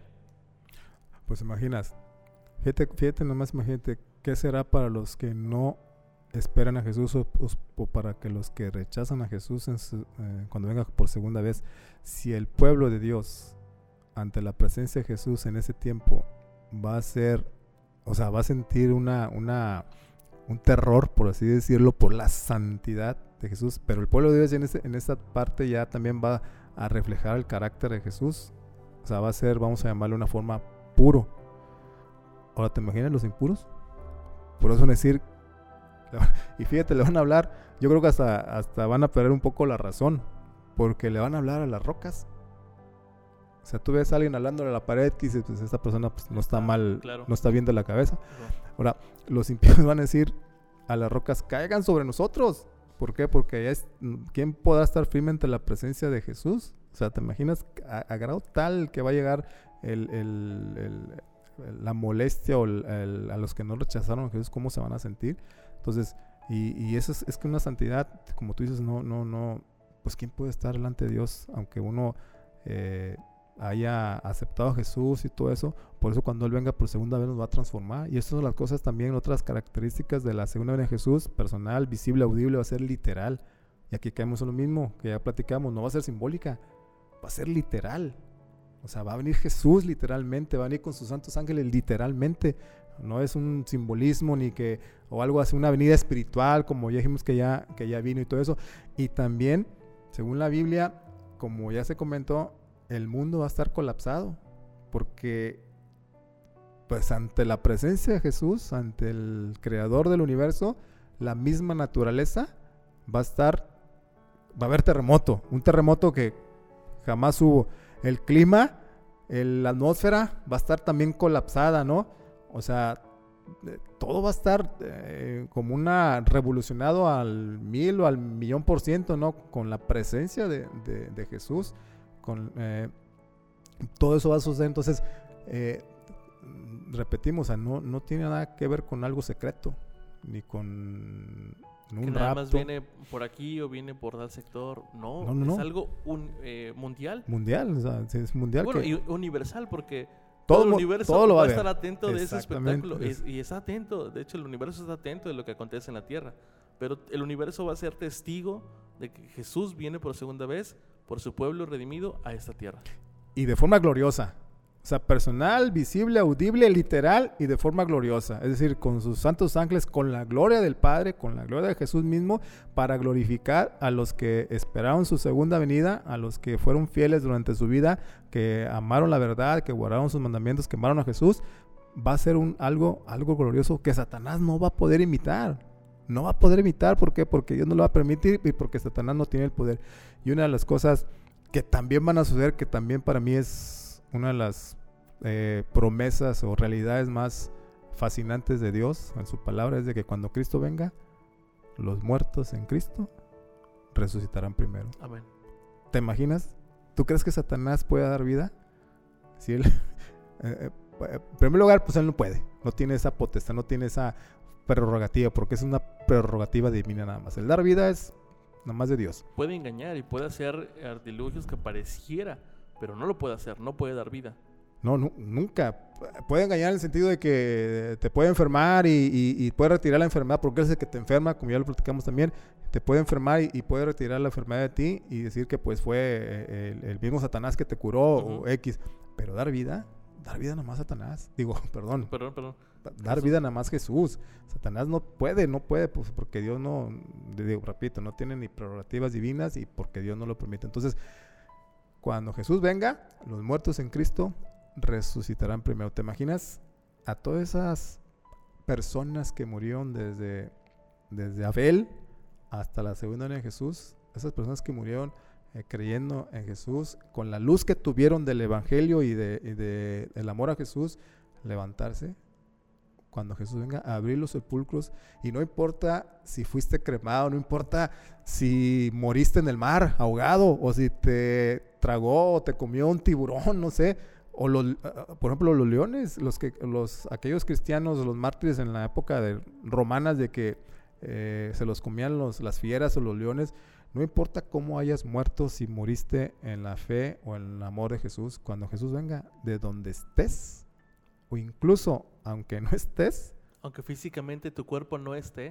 [SPEAKER 1] Pues imaginas, fíjate, fíjate nomás, imagínate, ¿qué será para los que no esperan a Jesús o, o, o para que los que rechazan a Jesús en su, eh, cuando venga por segunda vez? Si el pueblo de Dios ante la presencia de Jesús en ese tiempo va a ser, o sea, va a sentir una, una un terror, por así decirlo, por la santidad de Jesús, pero el pueblo de Dios en, ese, en esta parte ya también va a reflejar el carácter de Jesús, o sea, va a ser, vamos a llamarle una forma puro. Ahora, ¿te imaginas los impuros? Por eso van a decir, y fíjate, le van a hablar, yo creo que hasta, hasta van a perder un poco la razón, porque le van a hablar a las rocas. O sea, tú ves a alguien hablándole a la pared y dices, pues esta persona pues, no está mal, claro, no está bien de la cabeza. Uh-huh. Ahora, los impíos van a decir a las rocas, caigan sobre nosotros. ¿Por qué? Porque es, ¿quién podrá estar firme ante la presencia de Jesús? O O sea, ¿te imaginas a, a grado tal que va a llegar el, el, el, el, la molestia o el, el, a los que no rechazaron a Jesús, cómo se van a sentir? Entonces, y, y eso es, es que una santidad, como tú dices, no, no, no, pues ¿quién puede estar delante de Dios? Aunque uno eh, haya aceptado a Jesús y todo eso, por eso cuando Él venga por segunda vez nos va a transformar. Y estas son las cosas también, otras características de la segunda venida de Jesús: personal, visible, audible, va a ser literal. Y aquí caemos en lo mismo que ya platicamos, no va a ser simbólica, va a ser literal. O sea, va a venir Jesús literalmente, va a venir con sus santos ángeles literalmente. No es un simbolismo ni que, o algo así, una venida espiritual, como ya dijimos que ya, que ya vino y todo eso. Y también, según la Biblia, como ya se comentó, el mundo va a estar colapsado, porque pues ante la presencia de Jesús, ante el creador del universo, la misma naturaleza va a estar, va a haber terremoto, un terremoto que jamás hubo. El clima, el, la atmósfera va a estar también colapsada, ¿no? O sea, eh, todo va a estar eh, como una revolucionado al mil o al millón por ciento, ¿no? Con la presencia de, de, de Jesús, con eh, todo eso va a suceder. Entonces, eh, repetimos, o sea, no, no tiene nada que ver con algo secreto, ni con un
[SPEAKER 2] que nada
[SPEAKER 1] rapto.
[SPEAKER 2] más viene por aquí o viene por tal sector. No,
[SPEAKER 1] No, no,
[SPEAKER 2] es
[SPEAKER 1] no.
[SPEAKER 2] algo un, eh, mundial.
[SPEAKER 1] Mundial, o sea, es mundial.
[SPEAKER 2] Bueno,
[SPEAKER 1] que
[SPEAKER 2] y universal, porque
[SPEAKER 1] todo,
[SPEAKER 2] todo el
[SPEAKER 1] mu-
[SPEAKER 2] universo
[SPEAKER 1] todo lo
[SPEAKER 2] va
[SPEAKER 1] va
[SPEAKER 2] a
[SPEAKER 1] a
[SPEAKER 2] estar
[SPEAKER 1] ver.
[SPEAKER 2] atento de ese
[SPEAKER 1] Exactamente.
[SPEAKER 2] espectáculo.
[SPEAKER 1] Es-
[SPEAKER 2] Es- y está atento, de hecho el universo está atento de lo que acontece en la Tierra. Pero el universo va a ser testigo de que Jesús viene por segunda vez por su pueblo redimido a esta tierra.
[SPEAKER 1] Y de forma gloriosa. O sea, personal, visible, audible, literal y de forma gloriosa. Es decir, con sus santos ángeles, con la gloria del Padre, con la gloria de Jesús mismo, para glorificar a los que esperaron su segunda venida, a los que fueron fieles durante su vida, que amaron la verdad, que guardaron sus mandamientos, que amaron a Jesús. Va a ser un, algo, algo glorioso que Satanás no va a poder imitar. No va a poder imitar. ¿Por qué? Porque Dios no lo va a permitir y porque Satanás no tiene el poder. Y una de las cosas que también van a suceder, que también para mí es una de las eh, promesas o realidades más fascinantes de Dios en su palabra, es de que cuando Cristo venga, los muertos en Cristo resucitarán primero.
[SPEAKER 2] Amén.
[SPEAKER 1] ¿Te imaginas? ¿Tú crees que Satanás puede dar vida? Si él, eh, eh, en primer lugar, pues él no puede, no tiene esa potestad, no tiene esa prerrogativa, porque es una prerrogativa divina nada más. El dar vida es nada más de Dios.
[SPEAKER 2] Puede engañar y puede hacer artilugios que pareciera, pero no lo puede hacer, no puede dar vida.
[SPEAKER 1] No, nu- nunca. Puede engañar en el sentido de que te puede enfermar y, y, y puede retirar la enfermedad, porque él es el que te enferma, como ya lo platicamos también. Te puede enfermar y, y puede retirar la enfermedad de ti y decir que pues fue eh, el, el mismo Satanás que te curó,
[SPEAKER 2] Ujú.
[SPEAKER 1] o X. Pero dar vida, dar vida nada más Satanás. Digo, perdón.
[SPEAKER 2] Perdón, perdón.
[SPEAKER 1] Dar
[SPEAKER 2] Jesús.
[SPEAKER 1] vida nada más Jesús. Satanás no puede, no puede, pues porque Dios no, digo, repito, no tiene ni prerrogativas divinas y porque Dios no lo permite. Entonces, cuando Jesús venga, los muertos en Cristo resucitarán primero. ¿Te imaginas a todas esas personas que murieron desde, desde Abel hasta la segunda venida de Jesús? Esas personas que murieron eh, creyendo en Jesús, con la luz que tuvieron del Evangelio y, de, y de, del amor a Jesús, levantarse cuando Jesús venga a abrir los sepulcros. Y no importa si fuiste cremado, no importa si moriste en el mar ahogado, o si te tragó o te comió un tiburón, no sé, o los, uh, por ejemplo los leones, los que, los, aquellos cristianos, los mártires en la época de, romanas, de que eh, se los comían los, las fieras o los leones. No importa cómo hayas muerto, si moriste en la fe o en el amor de Jesús, cuando Jesús venga, de donde estés, o incluso aunque no estés,
[SPEAKER 2] Aunque físicamente tu cuerpo no esté,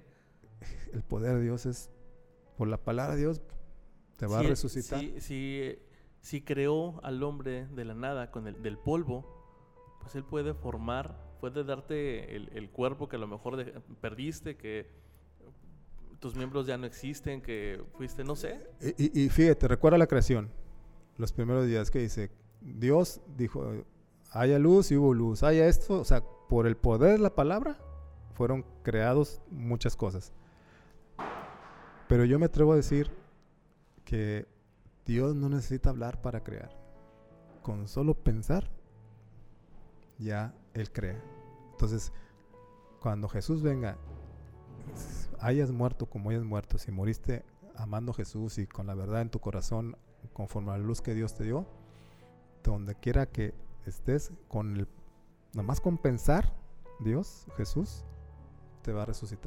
[SPEAKER 1] el poder de Dios es, por la palabra de Dios, te va
[SPEAKER 2] si,
[SPEAKER 1] a resucitar.
[SPEAKER 2] Si, si, si creó al hombre de la nada con el del polvo, pues él puede formar, puede darte el, el cuerpo que a lo mejor de, perdiste, que tus miembros ya no existen, que fuiste, no sé.
[SPEAKER 1] Y, y, y fíjate, recuerda la creación, los primeros días que dice, Dios dijo, haya luz y hubo luz, haya esto, o sea, por el poder de la palabra fueron creados muchas cosas. Pero yo me atrevo a decir que Dios no necesita hablar para crear. Con solo pensar, ya Él crea. Entonces, cuando Jesús venga, hayas muerto como hayas muerto, si moriste amando a Jesús y con la verdad en tu corazón, conforme a la luz que Dios te dio, donde quiera que estés, con el, nada más con pensar, Dios, Jesús, te va a resucitar.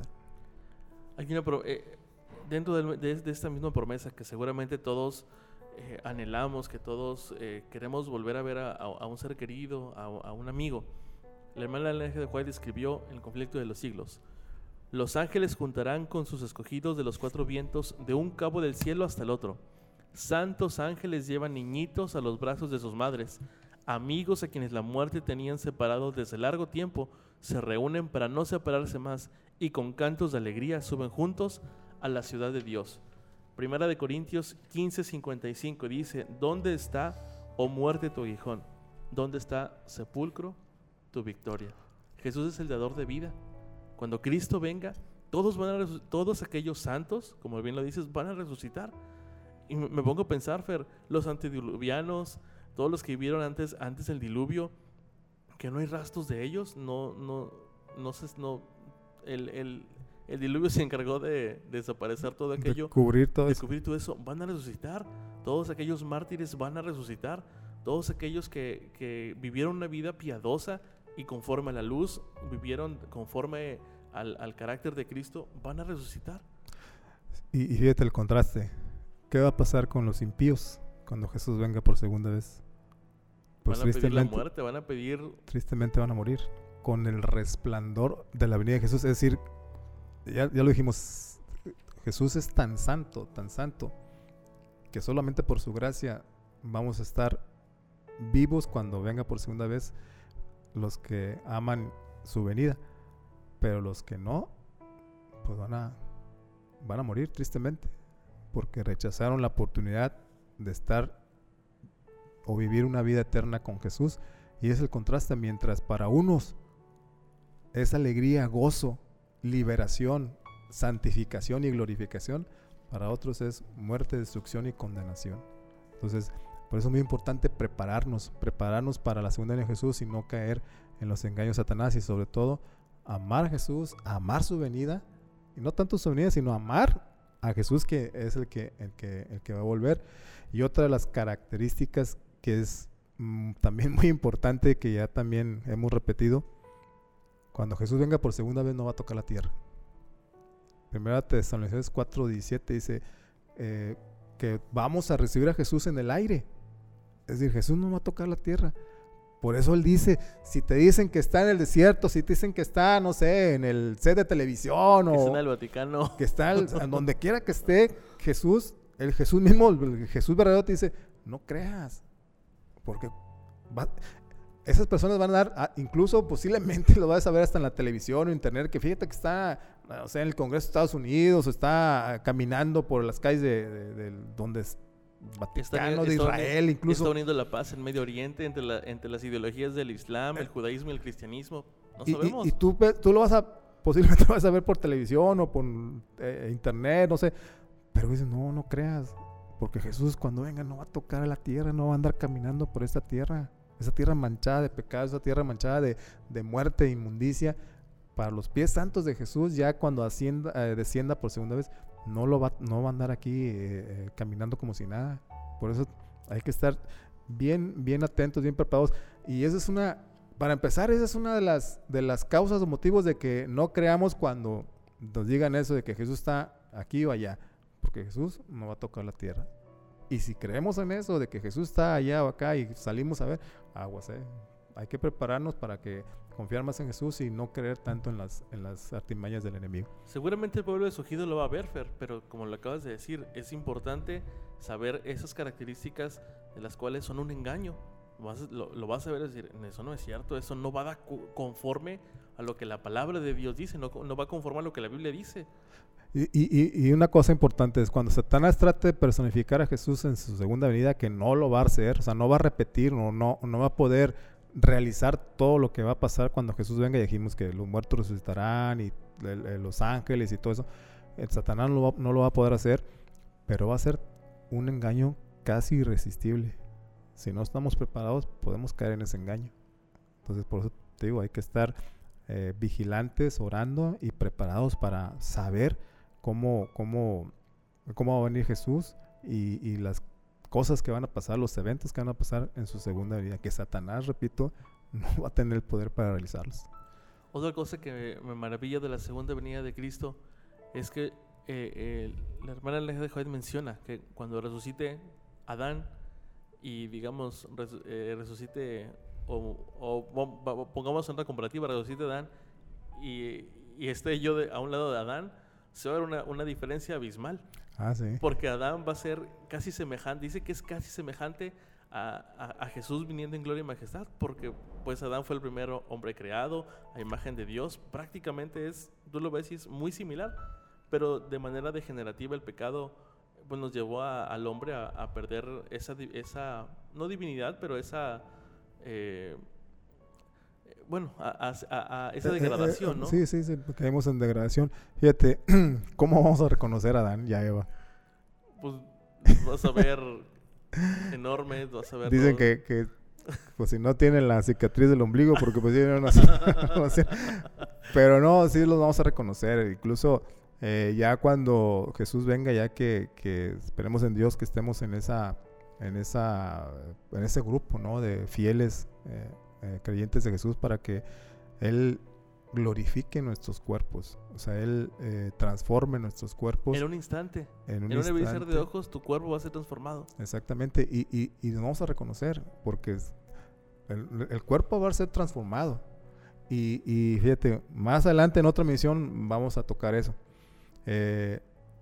[SPEAKER 2] Hay una pro- eh, dentro de, de, de esta misma promesa que seguramente todos eh, anhelamos, que todos eh, queremos volver a ver a, a, a un ser querido, a, a un amigo. La hermana Ellen G. White escribió El conflicto de los siglos: los ángeles juntarán con sus escogidos de los cuatro vientos, de un cabo del cielo hasta el otro. Santos ángeles llevan niñitos a los brazos de sus madres. Amigos a quienes la muerte tenían separados desde largo tiempo se reúnen para no separarse más, y con cantos de alegría suben juntos a la ciudad de Dios. Primera de Corintios quince cincuenta y cinco dice: ¿dónde está, oh muerte, tu aguijón? ¿Dónde está, sepulcro, tu victoria? Jesús es el dador de vida. Cuando Cristo venga, todos van a resu- todos aquellos santos, como bien lo dices, van a resucitar. Y me, me pongo a pensar, Fer, los antediluvianos, todos los que vivieron antes, antes del diluvio, que no hay rastros de ellos, no, no, no sé, no, el, el, el diluvio se encargó de, de desaparecer todo aquello,
[SPEAKER 1] de cubrir todo
[SPEAKER 2] de
[SPEAKER 1] eso.
[SPEAKER 2] cubrir todo eso, van a resucitar. Todos aquellos mártires van a resucitar. Todos aquellos que, que vivieron una vida piadosa y conforme a la luz, vivieron conforme al, al carácter de Cristo, van a resucitar.
[SPEAKER 1] Y, y fíjate el contraste. ¿Qué va a pasar con los impíos cuando Jesús venga por segunda vez? Pues
[SPEAKER 2] Van a pedir la muerte, van a pedir...
[SPEAKER 1] tristemente van a morir con el resplandor de la venida de Jesús. Es decir, ya, ya lo dijimos, Jesús es tan santo, tan santo, que solamente por su gracia vamos a estar vivos cuando venga por segunda vez, los que aman su venida. Pero los que no, pues van a, van a morir tristemente, porque rechazaron la oportunidad de estar o vivir una vida eterna con Jesús. Y es el contraste: mientras para unos es alegría, gozo, liberación, santificación y glorificación, para otros es muerte, destrucción y condenación. Entonces, por eso es muy importante prepararnos, prepararnos para la segunda venida de Jesús y no caer en los engaños de Satanás, y sobre todo amar a Jesús, amar su venida, y no tanto su venida, sino amar a Jesús, que es el que, el que, el que va a volver. Y otra de las características que es mmm, también muy importante, que ya también hemos repetido: cuando Jesús venga por segunda vez no va a tocar la tierra. Primera Tesalonicenses cuatro diecisiete dice eh, que vamos a recibir a Jesús en el aire. Es decir, Jesús no va a tocar la tierra. Por eso él dice: si te dicen que está en el desierto, si te dicen que está, no sé, en el set de televisión, o
[SPEAKER 2] que está en el Vaticano,
[SPEAKER 1] que está el, donde quiera que esté, Jesús, el Jesús mismo, el Jesús verdadero, te dice: no creas, porque va, esas personas van a dar, a, incluso posiblemente lo vas a ver hasta en la televisión o internet, que fíjate que está, o sea, en el Congreso de Estados Unidos, o está caminando por las calles de, de, de, de donde es Vaticano, de Israel,
[SPEAKER 2] está,
[SPEAKER 1] incluso
[SPEAKER 2] está uniendo la paz en Medio Oriente entre, la, entre las ideologías del Islam, el judaísmo y el cristianismo. No
[SPEAKER 1] y,
[SPEAKER 2] sabemos.
[SPEAKER 1] Y, y tú, tú lo vas a, posiblemente lo vas a ver por televisión o por eh, internet, no sé, pero dices: no, no creas, porque Jesús cuando venga no va a tocar a la tierra, no va a andar caminando por esta tierra, esa tierra manchada de pecado, esa tierra manchada de, de muerte e inmundicia. Para los pies santos de Jesús, ya cuando ascienda, eh, descienda por segunda vez, no, lo va, no va a andar aquí eh, eh, caminando como si nada. Por eso hay que estar bien, bien atentos, bien preparados. Y esa es una, para empezar, esa es una de las, de las causas o motivos de que no creamos cuando nos digan eso de que Jesús está aquí o allá, porque Jesús no va a tocar la tierra. Y si creemos en eso, de que Jesús está allá o acá, y salimos a ver, aguas, eh. Hay que prepararnos para que confiar más en Jesús y no creer tanto en las, en las artimañas del enemigo.
[SPEAKER 2] Seguramente el pueblo escogido lo va a ver, Fer, pero como lo acabas de decir, es importante saber esas características de las cuales son un engaño. Vas, lo, lo vas a ver y decir: eso no es cierto, eso no va a conforme a lo que la palabra de Dios dice, no, no va conforme a lo que la Biblia dice.
[SPEAKER 1] Y, y, y una cosa importante es cuando Satanás trate de personificar a Jesús en su segunda venida, que no lo va a hacer, o sea, no va a repetir, no, no, no va a poder realizar todo lo que va a pasar cuando Jesús venga. Y dijimos que los muertos resucitarán y el, el, los ángeles y todo eso. El Satanás no, va, no lo va a poder hacer, pero va a ser un engaño casi irresistible. Si no estamos preparados, podemos caer en ese engaño. Entonces, por eso te digo, hay que estar eh, vigilantes, orando y preparados para saber cómo, cómo, cómo va a venir Jesús y, y las cosas que van a pasar, los eventos que van a pasar en su segunda venida, que Satanás, repito, no va a tener el poder para realizarlos.
[SPEAKER 2] Otra cosa que me maravilla de la segunda venida de Cristo es que eh, eh, la hermana Aleja de Jovet menciona que cuando resucite Adán y digamos res, eh, resucite o, o pongamos en una comparativa, resucite Adán y, y esté yo de, a un lado de Adán, se va a ver una, una diferencia abismal.
[SPEAKER 1] Ah, sí.
[SPEAKER 2] Porque Adán va a ser casi semejante, dice que es casi semejante a, a, a Jesús viniendo en gloria y majestad, porque pues Adán fue el primer hombre creado a imagen de Dios. Prácticamente es, tú lo ves y es muy similar, pero de manera degenerativa el pecado pues nos llevó a, al hombre a, a perder esa, esa, no divinidad, pero esa... Eh, bueno, a, a, a esa degradación,
[SPEAKER 1] eh, eh,
[SPEAKER 2] ¿no?
[SPEAKER 1] Sí, sí, sí, caímos en degradación. Fíjate, ¿cómo vamos a reconocer a Adán y a Eva?
[SPEAKER 2] Pues vas a ver enormes, vas a ver...
[SPEAKER 1] Dicen que, que, pues si no tienen la cicatriz del ombligo, porque pues tienen una... Pero no, sí los vamos a reconocer. Incluso eh, ya cuando Jesús venga, ya que, que esperemos en Dios que estemos en esa, en esa, en ese grupo, ¿no? De fieles eh, Eh, creyentes de Jesús, para que Él glorifique nuestros cuerpos, o sea, Él eh, transforme nuestros cuerpos
[SPEAKER 2] en un instante,
[SPEAKER 1] en un,
[SPEAKER 2] en un
[SPEAKER 1] instante.
[SPEAKER 2] abrir de ojos tu cuerpo va a ser transformado.
[SPEAKER 1] Exactamente, y, y, y nos vamos a reconocer, porque el, el cuerpo va a ser transformado, y, y fíjate, más adelante en otra misión vamos a tocar eso. eh,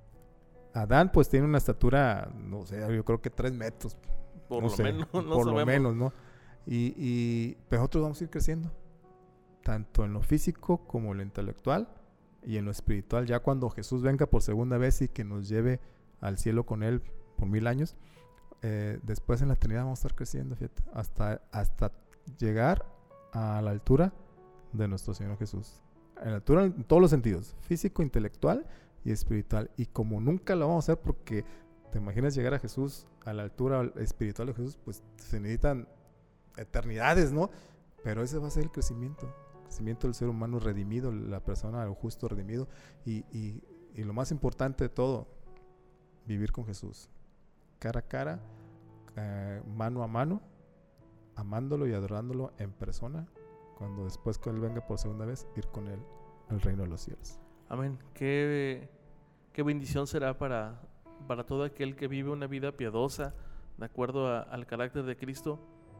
[SPEAKER 1] Adán pues tiene una estatura, no sé, yo creo que tres metros,
[SPEAKER 2] por
[SPEAKER 1] no
[SPEAKER 2] lo
[SPEAKER 1] sé,
[SPEAKER 2] menos, no
[SPEAKER 1] por
[SPEAKER 2] sabemos.
[SPEAKER 1] lo menos, ¿no? Y, y pues nosotros vamos a ir creciendo, tanto en lo físico como en lo intelectual y en lo espiritual. Ya cuando Jesús venga por segunda vez y que nos lleve al cielo con Él por mil años, eh, después en la eternidad vamos a estar creciendo, fíjate, hasta, hasta llegar a la altura de nuestro Señor Jesús. En la altura en todos los sentidos, físico, intelectual y espiritual. Y como nunca lo vamos a hacer, porque te imaginas llegar a Jesús, a la altura espiritual de Jesús, pues se necesitan eternidades, ¿no? Pero ese va a ser el crecimiento, el crecimiento del ser humano redimido, la persona, el justo redimido, y, y, y lo más importante de todo, vivir con Jesús, cara a cara, eh, mano a mano, amándolo y adorándolo en persona, cuando después que Él venga por segunda vez, ir con Él al reino de los cielos.
[SPEAKER 2] Amén. Qué, qué bendición será para, para todo aquel que vive una vida piadosa, de acuerdo a, al carácter de Cristo.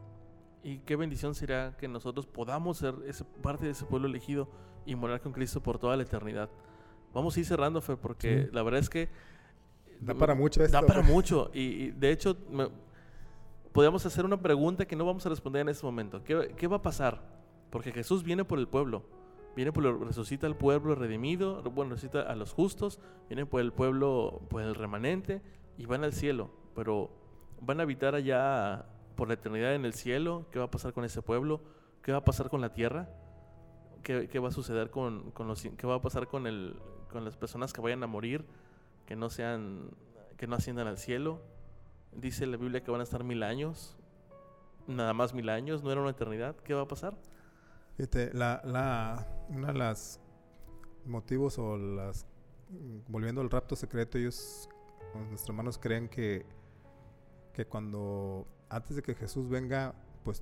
[SPEAKER 2] Y qué bendición será que nosotros podamos ser ese, parte de ese pueblo elegido y morar con Cristo por toda la eternidad. Vamos a ir cerrando, Fe, porque sí, la verdad es que...
[SPEAKER 1] Da para mucho esto.
[SPEAKER 2] Da para mucho. Y, y de hecho, me, podríamos hacer una pregunta que no vamos a responder en este momento. ¿Qué, qué va a pasar? Porque Jesús viene por el pueblo. Viene por el, resucita al pueblo redimido, bueno, resucita a los justos, viene por el pueblo, por el remanente, y van al cielo. Pero van a habitar allá... por la eternidad en el cielo. ¿Qué va a pasar con ese pueblo? ¿Qué va a pasar con la tierra? ¿Qué, qué va a suceder con, con los, qué va a pasar con el, con las personas que vayan a morir, que no sean, que no asciendan al cielo? Dice la Biblia que van a estar mil años, nada más mil años, no era una eternidad. ¿Qué va a pasar?
[SPEAKER 1] Fíjate, la, la, una de las motivos o las, volviendo al rapto secreto, ellos, nuestros hermanos creen que que cuando antes de que Jesús venga, pues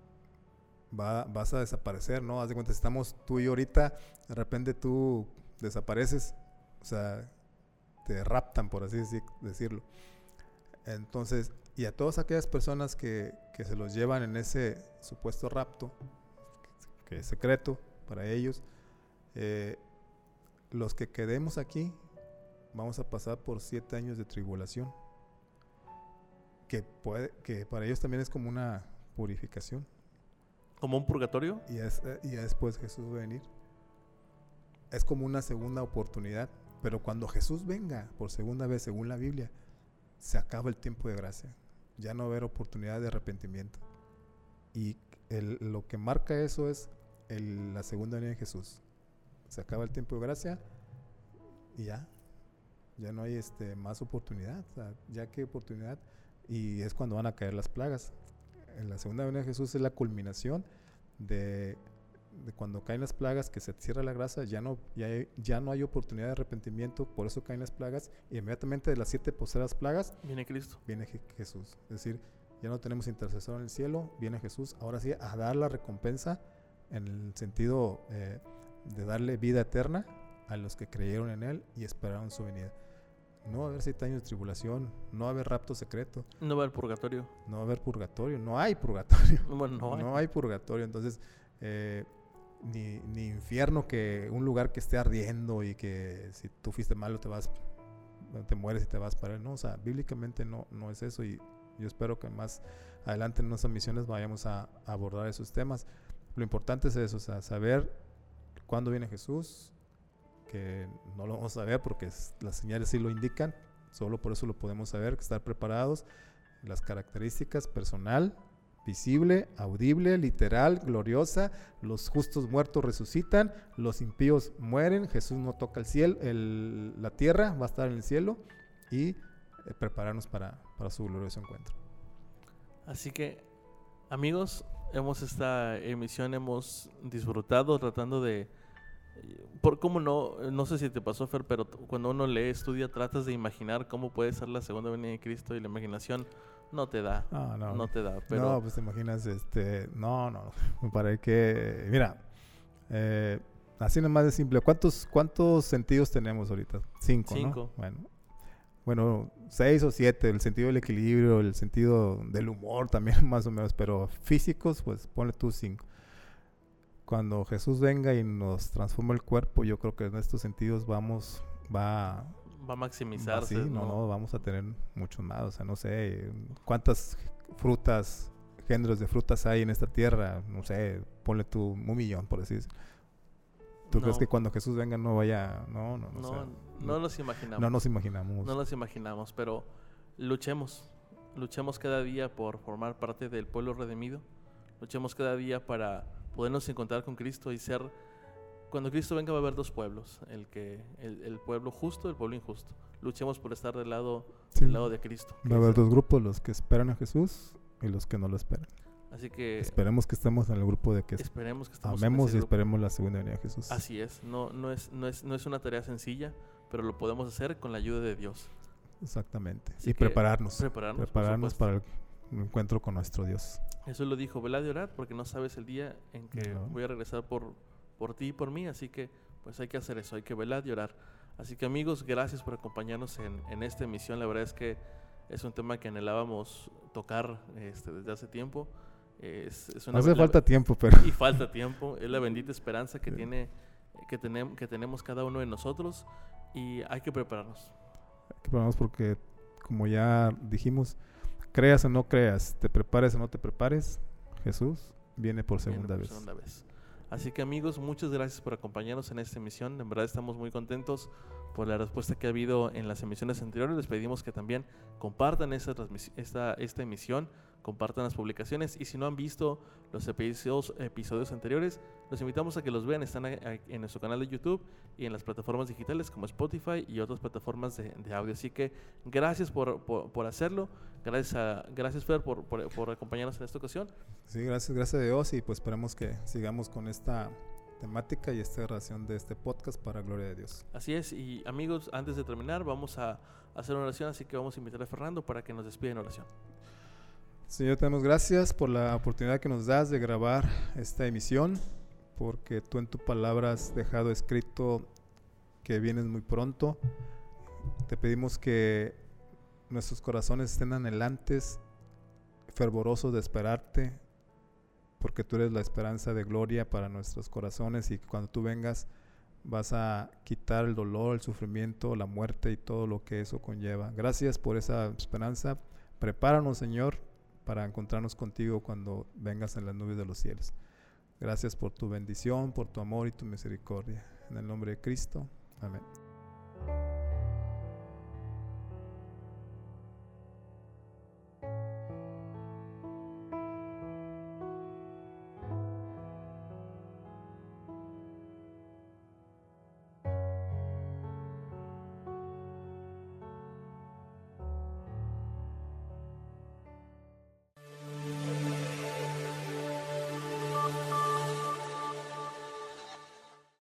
[SPEAKER 1] va, vas a desaparecer, ¿no? Haz de cuenta, si estamos tú y yo ahorita, de repente tú desapareces, o sea, te raptan, por así decir, decirlo. Entonces, y a todas aquellas personas que, que se los llevan en ese supuesto rapto, que es secreto para ellos, eh, los que quedemos aquí, vamos a pasar por siete años de tribulación. Que, puede, que para ellos también es como una purificación.
[SPEAKER 2] ¿Como un purgatorio?
[SPEAKER 1] Y, es, y después Jesús va a venir. Es como una segunda oportunidad. Pero cuando Jesús venga por segunda vez, según la Biblia, se acaba el tiempo de gracia. Ya no va a haber oportunidad de arrepentimiento. Y el, lo que marca eso es el, la segunda venida de Jesús. Se acaba el tiempo de gracia y ya. Ya no hay este, más oportunidad. O sea, ya que oportunidad... Y es cuando van a caer las plagas. En la segunda venida de Jesús es la culminación de, de cuando caen las plagas, que se cierra la grasa, ya no, ya, hay, ya no hay oportunidad de arrepentimiento, por eso caen las plagas, y inmediatamente de las siete postreras plagas,
[SPEAKER 2] viene Cristo.
[SPEAKER 1] Viene Je- Jesús. Es decir, ya no tenemos intercesor en el cielo, viene Jesús, ahora sí, a dar la recompensa en el sentido eh, de darle vida eterna a los que creyeron en Él y esperaron su venida. No va a haber siete años de tribulación, no va a haber rapto secreto,
[SPEAKER 2] No va a haber purgatorio.
[SPEAKER 1] no va a haber purgatorio, no hay purgatorio.
[SPEAKER 2] Bueno, no hay.
[SPEAKER 1] No hay purgatorio, entonces eh, ni, ni infierno, que un lugar que esté ardiendo y que si tú fuiste malo te vas, te mueres y te vas para él. No, o sea, bíblicamente no, no es eso, y yo espero que más adelante en nuestras misiones vayamos a, a abordar esos temas. Lo importante es eso, o sea, saber cuándo viene Jesús, que no lo vamos a ver porque es, las señales sí lo indican, solo por eso lo podemos saber, que estar preparados, las características personal, visible, audible, literal, gloriosa, los justos muertos resucitan, los impíos mueren, Jesús no toca el cielo, el, la tierra va a estar en el cielo, y eh, prepararnos para, para su glorioso encuentro.
[SPEAKER 2] Así que, amigos, hemos esta emisión, hemos disfrutado tratando de, por cómo no, no sé si te pasó, Fer, pero t- cuando uno lee, estudia, tratas de imaginar cómo puede ser la segunda venida de Cristo, y la imaginación no te da,
[SPEAKER 1] No, no,
[SPEAKER 2] no te da, pero
[SPEAKER 1] no, pues te imaginas, este, no, no, para que, mira, eh, así nomás de simple, ¿cuántos, cuántos sentidos tenemos ahorita? Cinco,
[SPEAKER 2] Cinco.
[SPEAKER 1] ¿no? Bueno, bueno, seis o siete, el sentido del equilibrio, el sentido del humor también más o menos, pero físicos, pues ponle tú cinco. Cuando Jesús venga y nos transforma el cuerpo, yo creo que en estos sentidos vamos, va,
[SPEAKER 2] va a maximizarse.
[SPEAKER 1] sí, no, no, vamos a tener muchos más, o sea, no sé, cuántas frutas, géneros de frutas hay en esta tierra, no sé, ponle tú un millón, por decir. ¿Tú
[SPEAKER 2] No.
[SPEAKER 1] crees que cuando Jesús venga no vaya, no, no, no,
[SPEAKER 2] No,
[SPEAKER 1] o sea,
[SPEAKER 2] no nos imaginamos.
[SPEAKER 1] no nos imaginamos.
[SPEAKER 2] No nos imaginamos, pero luchemos, luchemos cada día por formar parte del pueblo redimido, luchemos cada día para podernos encontrar con Cristo y ser, cuando Cristo venga va a haber dos pueblos, el que el, el pueblo justo y el pueblo injusto. Luchemos por estar del lado,
[SPEAKER 1] Sí.
[SPEAKER 2] del lado de Cristo.
[SPEAKER 1] Va a haber dos grupos, los que esperan a Jesús y los que no lo esperan.
[SPEAKER 2] Así que
[SPEAKER 1] Esperemos que estemos en el grupo de que
[SPEAKER 2] esperemos que estemos en
[SPEAKER 1] amemos
[SPEAKER 2] ese
[SPEAKER 1] y
[SPEAKER 2] grupo.
[SPEAKER 1] esperemos la segunda venida de Jesús.
[SPEAKER 2] Así es, no, no es, no es, no es una tarea sencilla, pero lo podemos hacer con la ayuda de Dios.
[SPEAKER 1] Exactamente.
[SPEAKER 2] Así
[SPEAKER 1] Y
[SPEAKER 2] que
[SPEAKER 1] prepararnos.
[SPEAKER 2] Prepararnos, por
[SPEAKER 1] Prepararnos
[SPEAKER 2] supuesto.
[SPEAKER 1] para el encuentro con nuestro Dios.
[SPEAKER 2] Eso lo dijo, velad y orad, porque no sabes el día en que
[SPEAKER 1] No.
[SPEAKER 2] voy a regresar por, por ti y por mí, así que pues hay que hacer eso, hay que velar y orar. Así que amigos, gracias por acompañarnos en, en esta emisión. La verdad es que es un tema que anhelábamos tocar este, desde hace tiempo. Es, es una
[SPEAKER 1] Hace
[SPEAKER 2] la-
[SPEAKER 1] falta tiempo, pero
[SPEAKER 2] y falta tiempo. Es la bendita esperanza que, tiene, que, tenem- que tenemos cada uno de nosotros, y hay que prepararnos.
[SPEAKER 1] hay que prepararnos porque, como ya dijimos, creas o no creas, te prepares o no te prepares, Jesús viene por
[SPEAKER 2] Viene
[SPEAKER 1] segunda
[SPEAKER 2] por
[SPEAKER 1] vez.
[SPEAKER 2] segunda vez. Así que amigos, muchas gracias por acompañarnos en esta emisión. En verdad estamos muy contentos por la respuesta que ha habido en las emisiones anteriores. Les pedimos que también compartan esta, transmis- esta, esta emisión, compartan las publicaciones, y si no han visto los episodios, episodios anteriores, los invitamos a que los vean. Están a- a- en nuestro canal de YouTube y en las plataformas digitales como Spotify y otras plataformas de, de audio. Así que gracias por, por, por hacerlo. Gracias, a, gracias Fer, por, por, por acompañarnos en esta ocasión.
[SPEAKER 1] Sí, gracias, gracias a Dios, y pues esperemos que sigamos con esta temática y esta relación de este podcast para gloria de Dios.
[SPEAKER 2] Así es, y amigos, antes de terminar vamos a hacer una oración, así que vamos a invitar a Fernando para que nos despida en oración.
[SPEAKER 1] Señor, te damos gracias por la oportunidad que nos das de grabar esta emisión, porque tú en tu palabra has dejado escrito que vienes muy pronto. Te pedimos que nuestros corazones estén anhelantes, fervorosos de esperarte, porque tú eres la esperanza de gloria para nuestros corazones, y cuando tú vengas vas a quitar el dolor, el sufrimiento, la muerte y todo lo que eso conlleva. Gracias por esa esperanza. Prepáranos, Señor, para encontrarnos contigo cuando vengas en las nubes de los cielos. Gracias por tu bendición, por tu amor y tu misericordia. En el nombre de Cristo. Amén.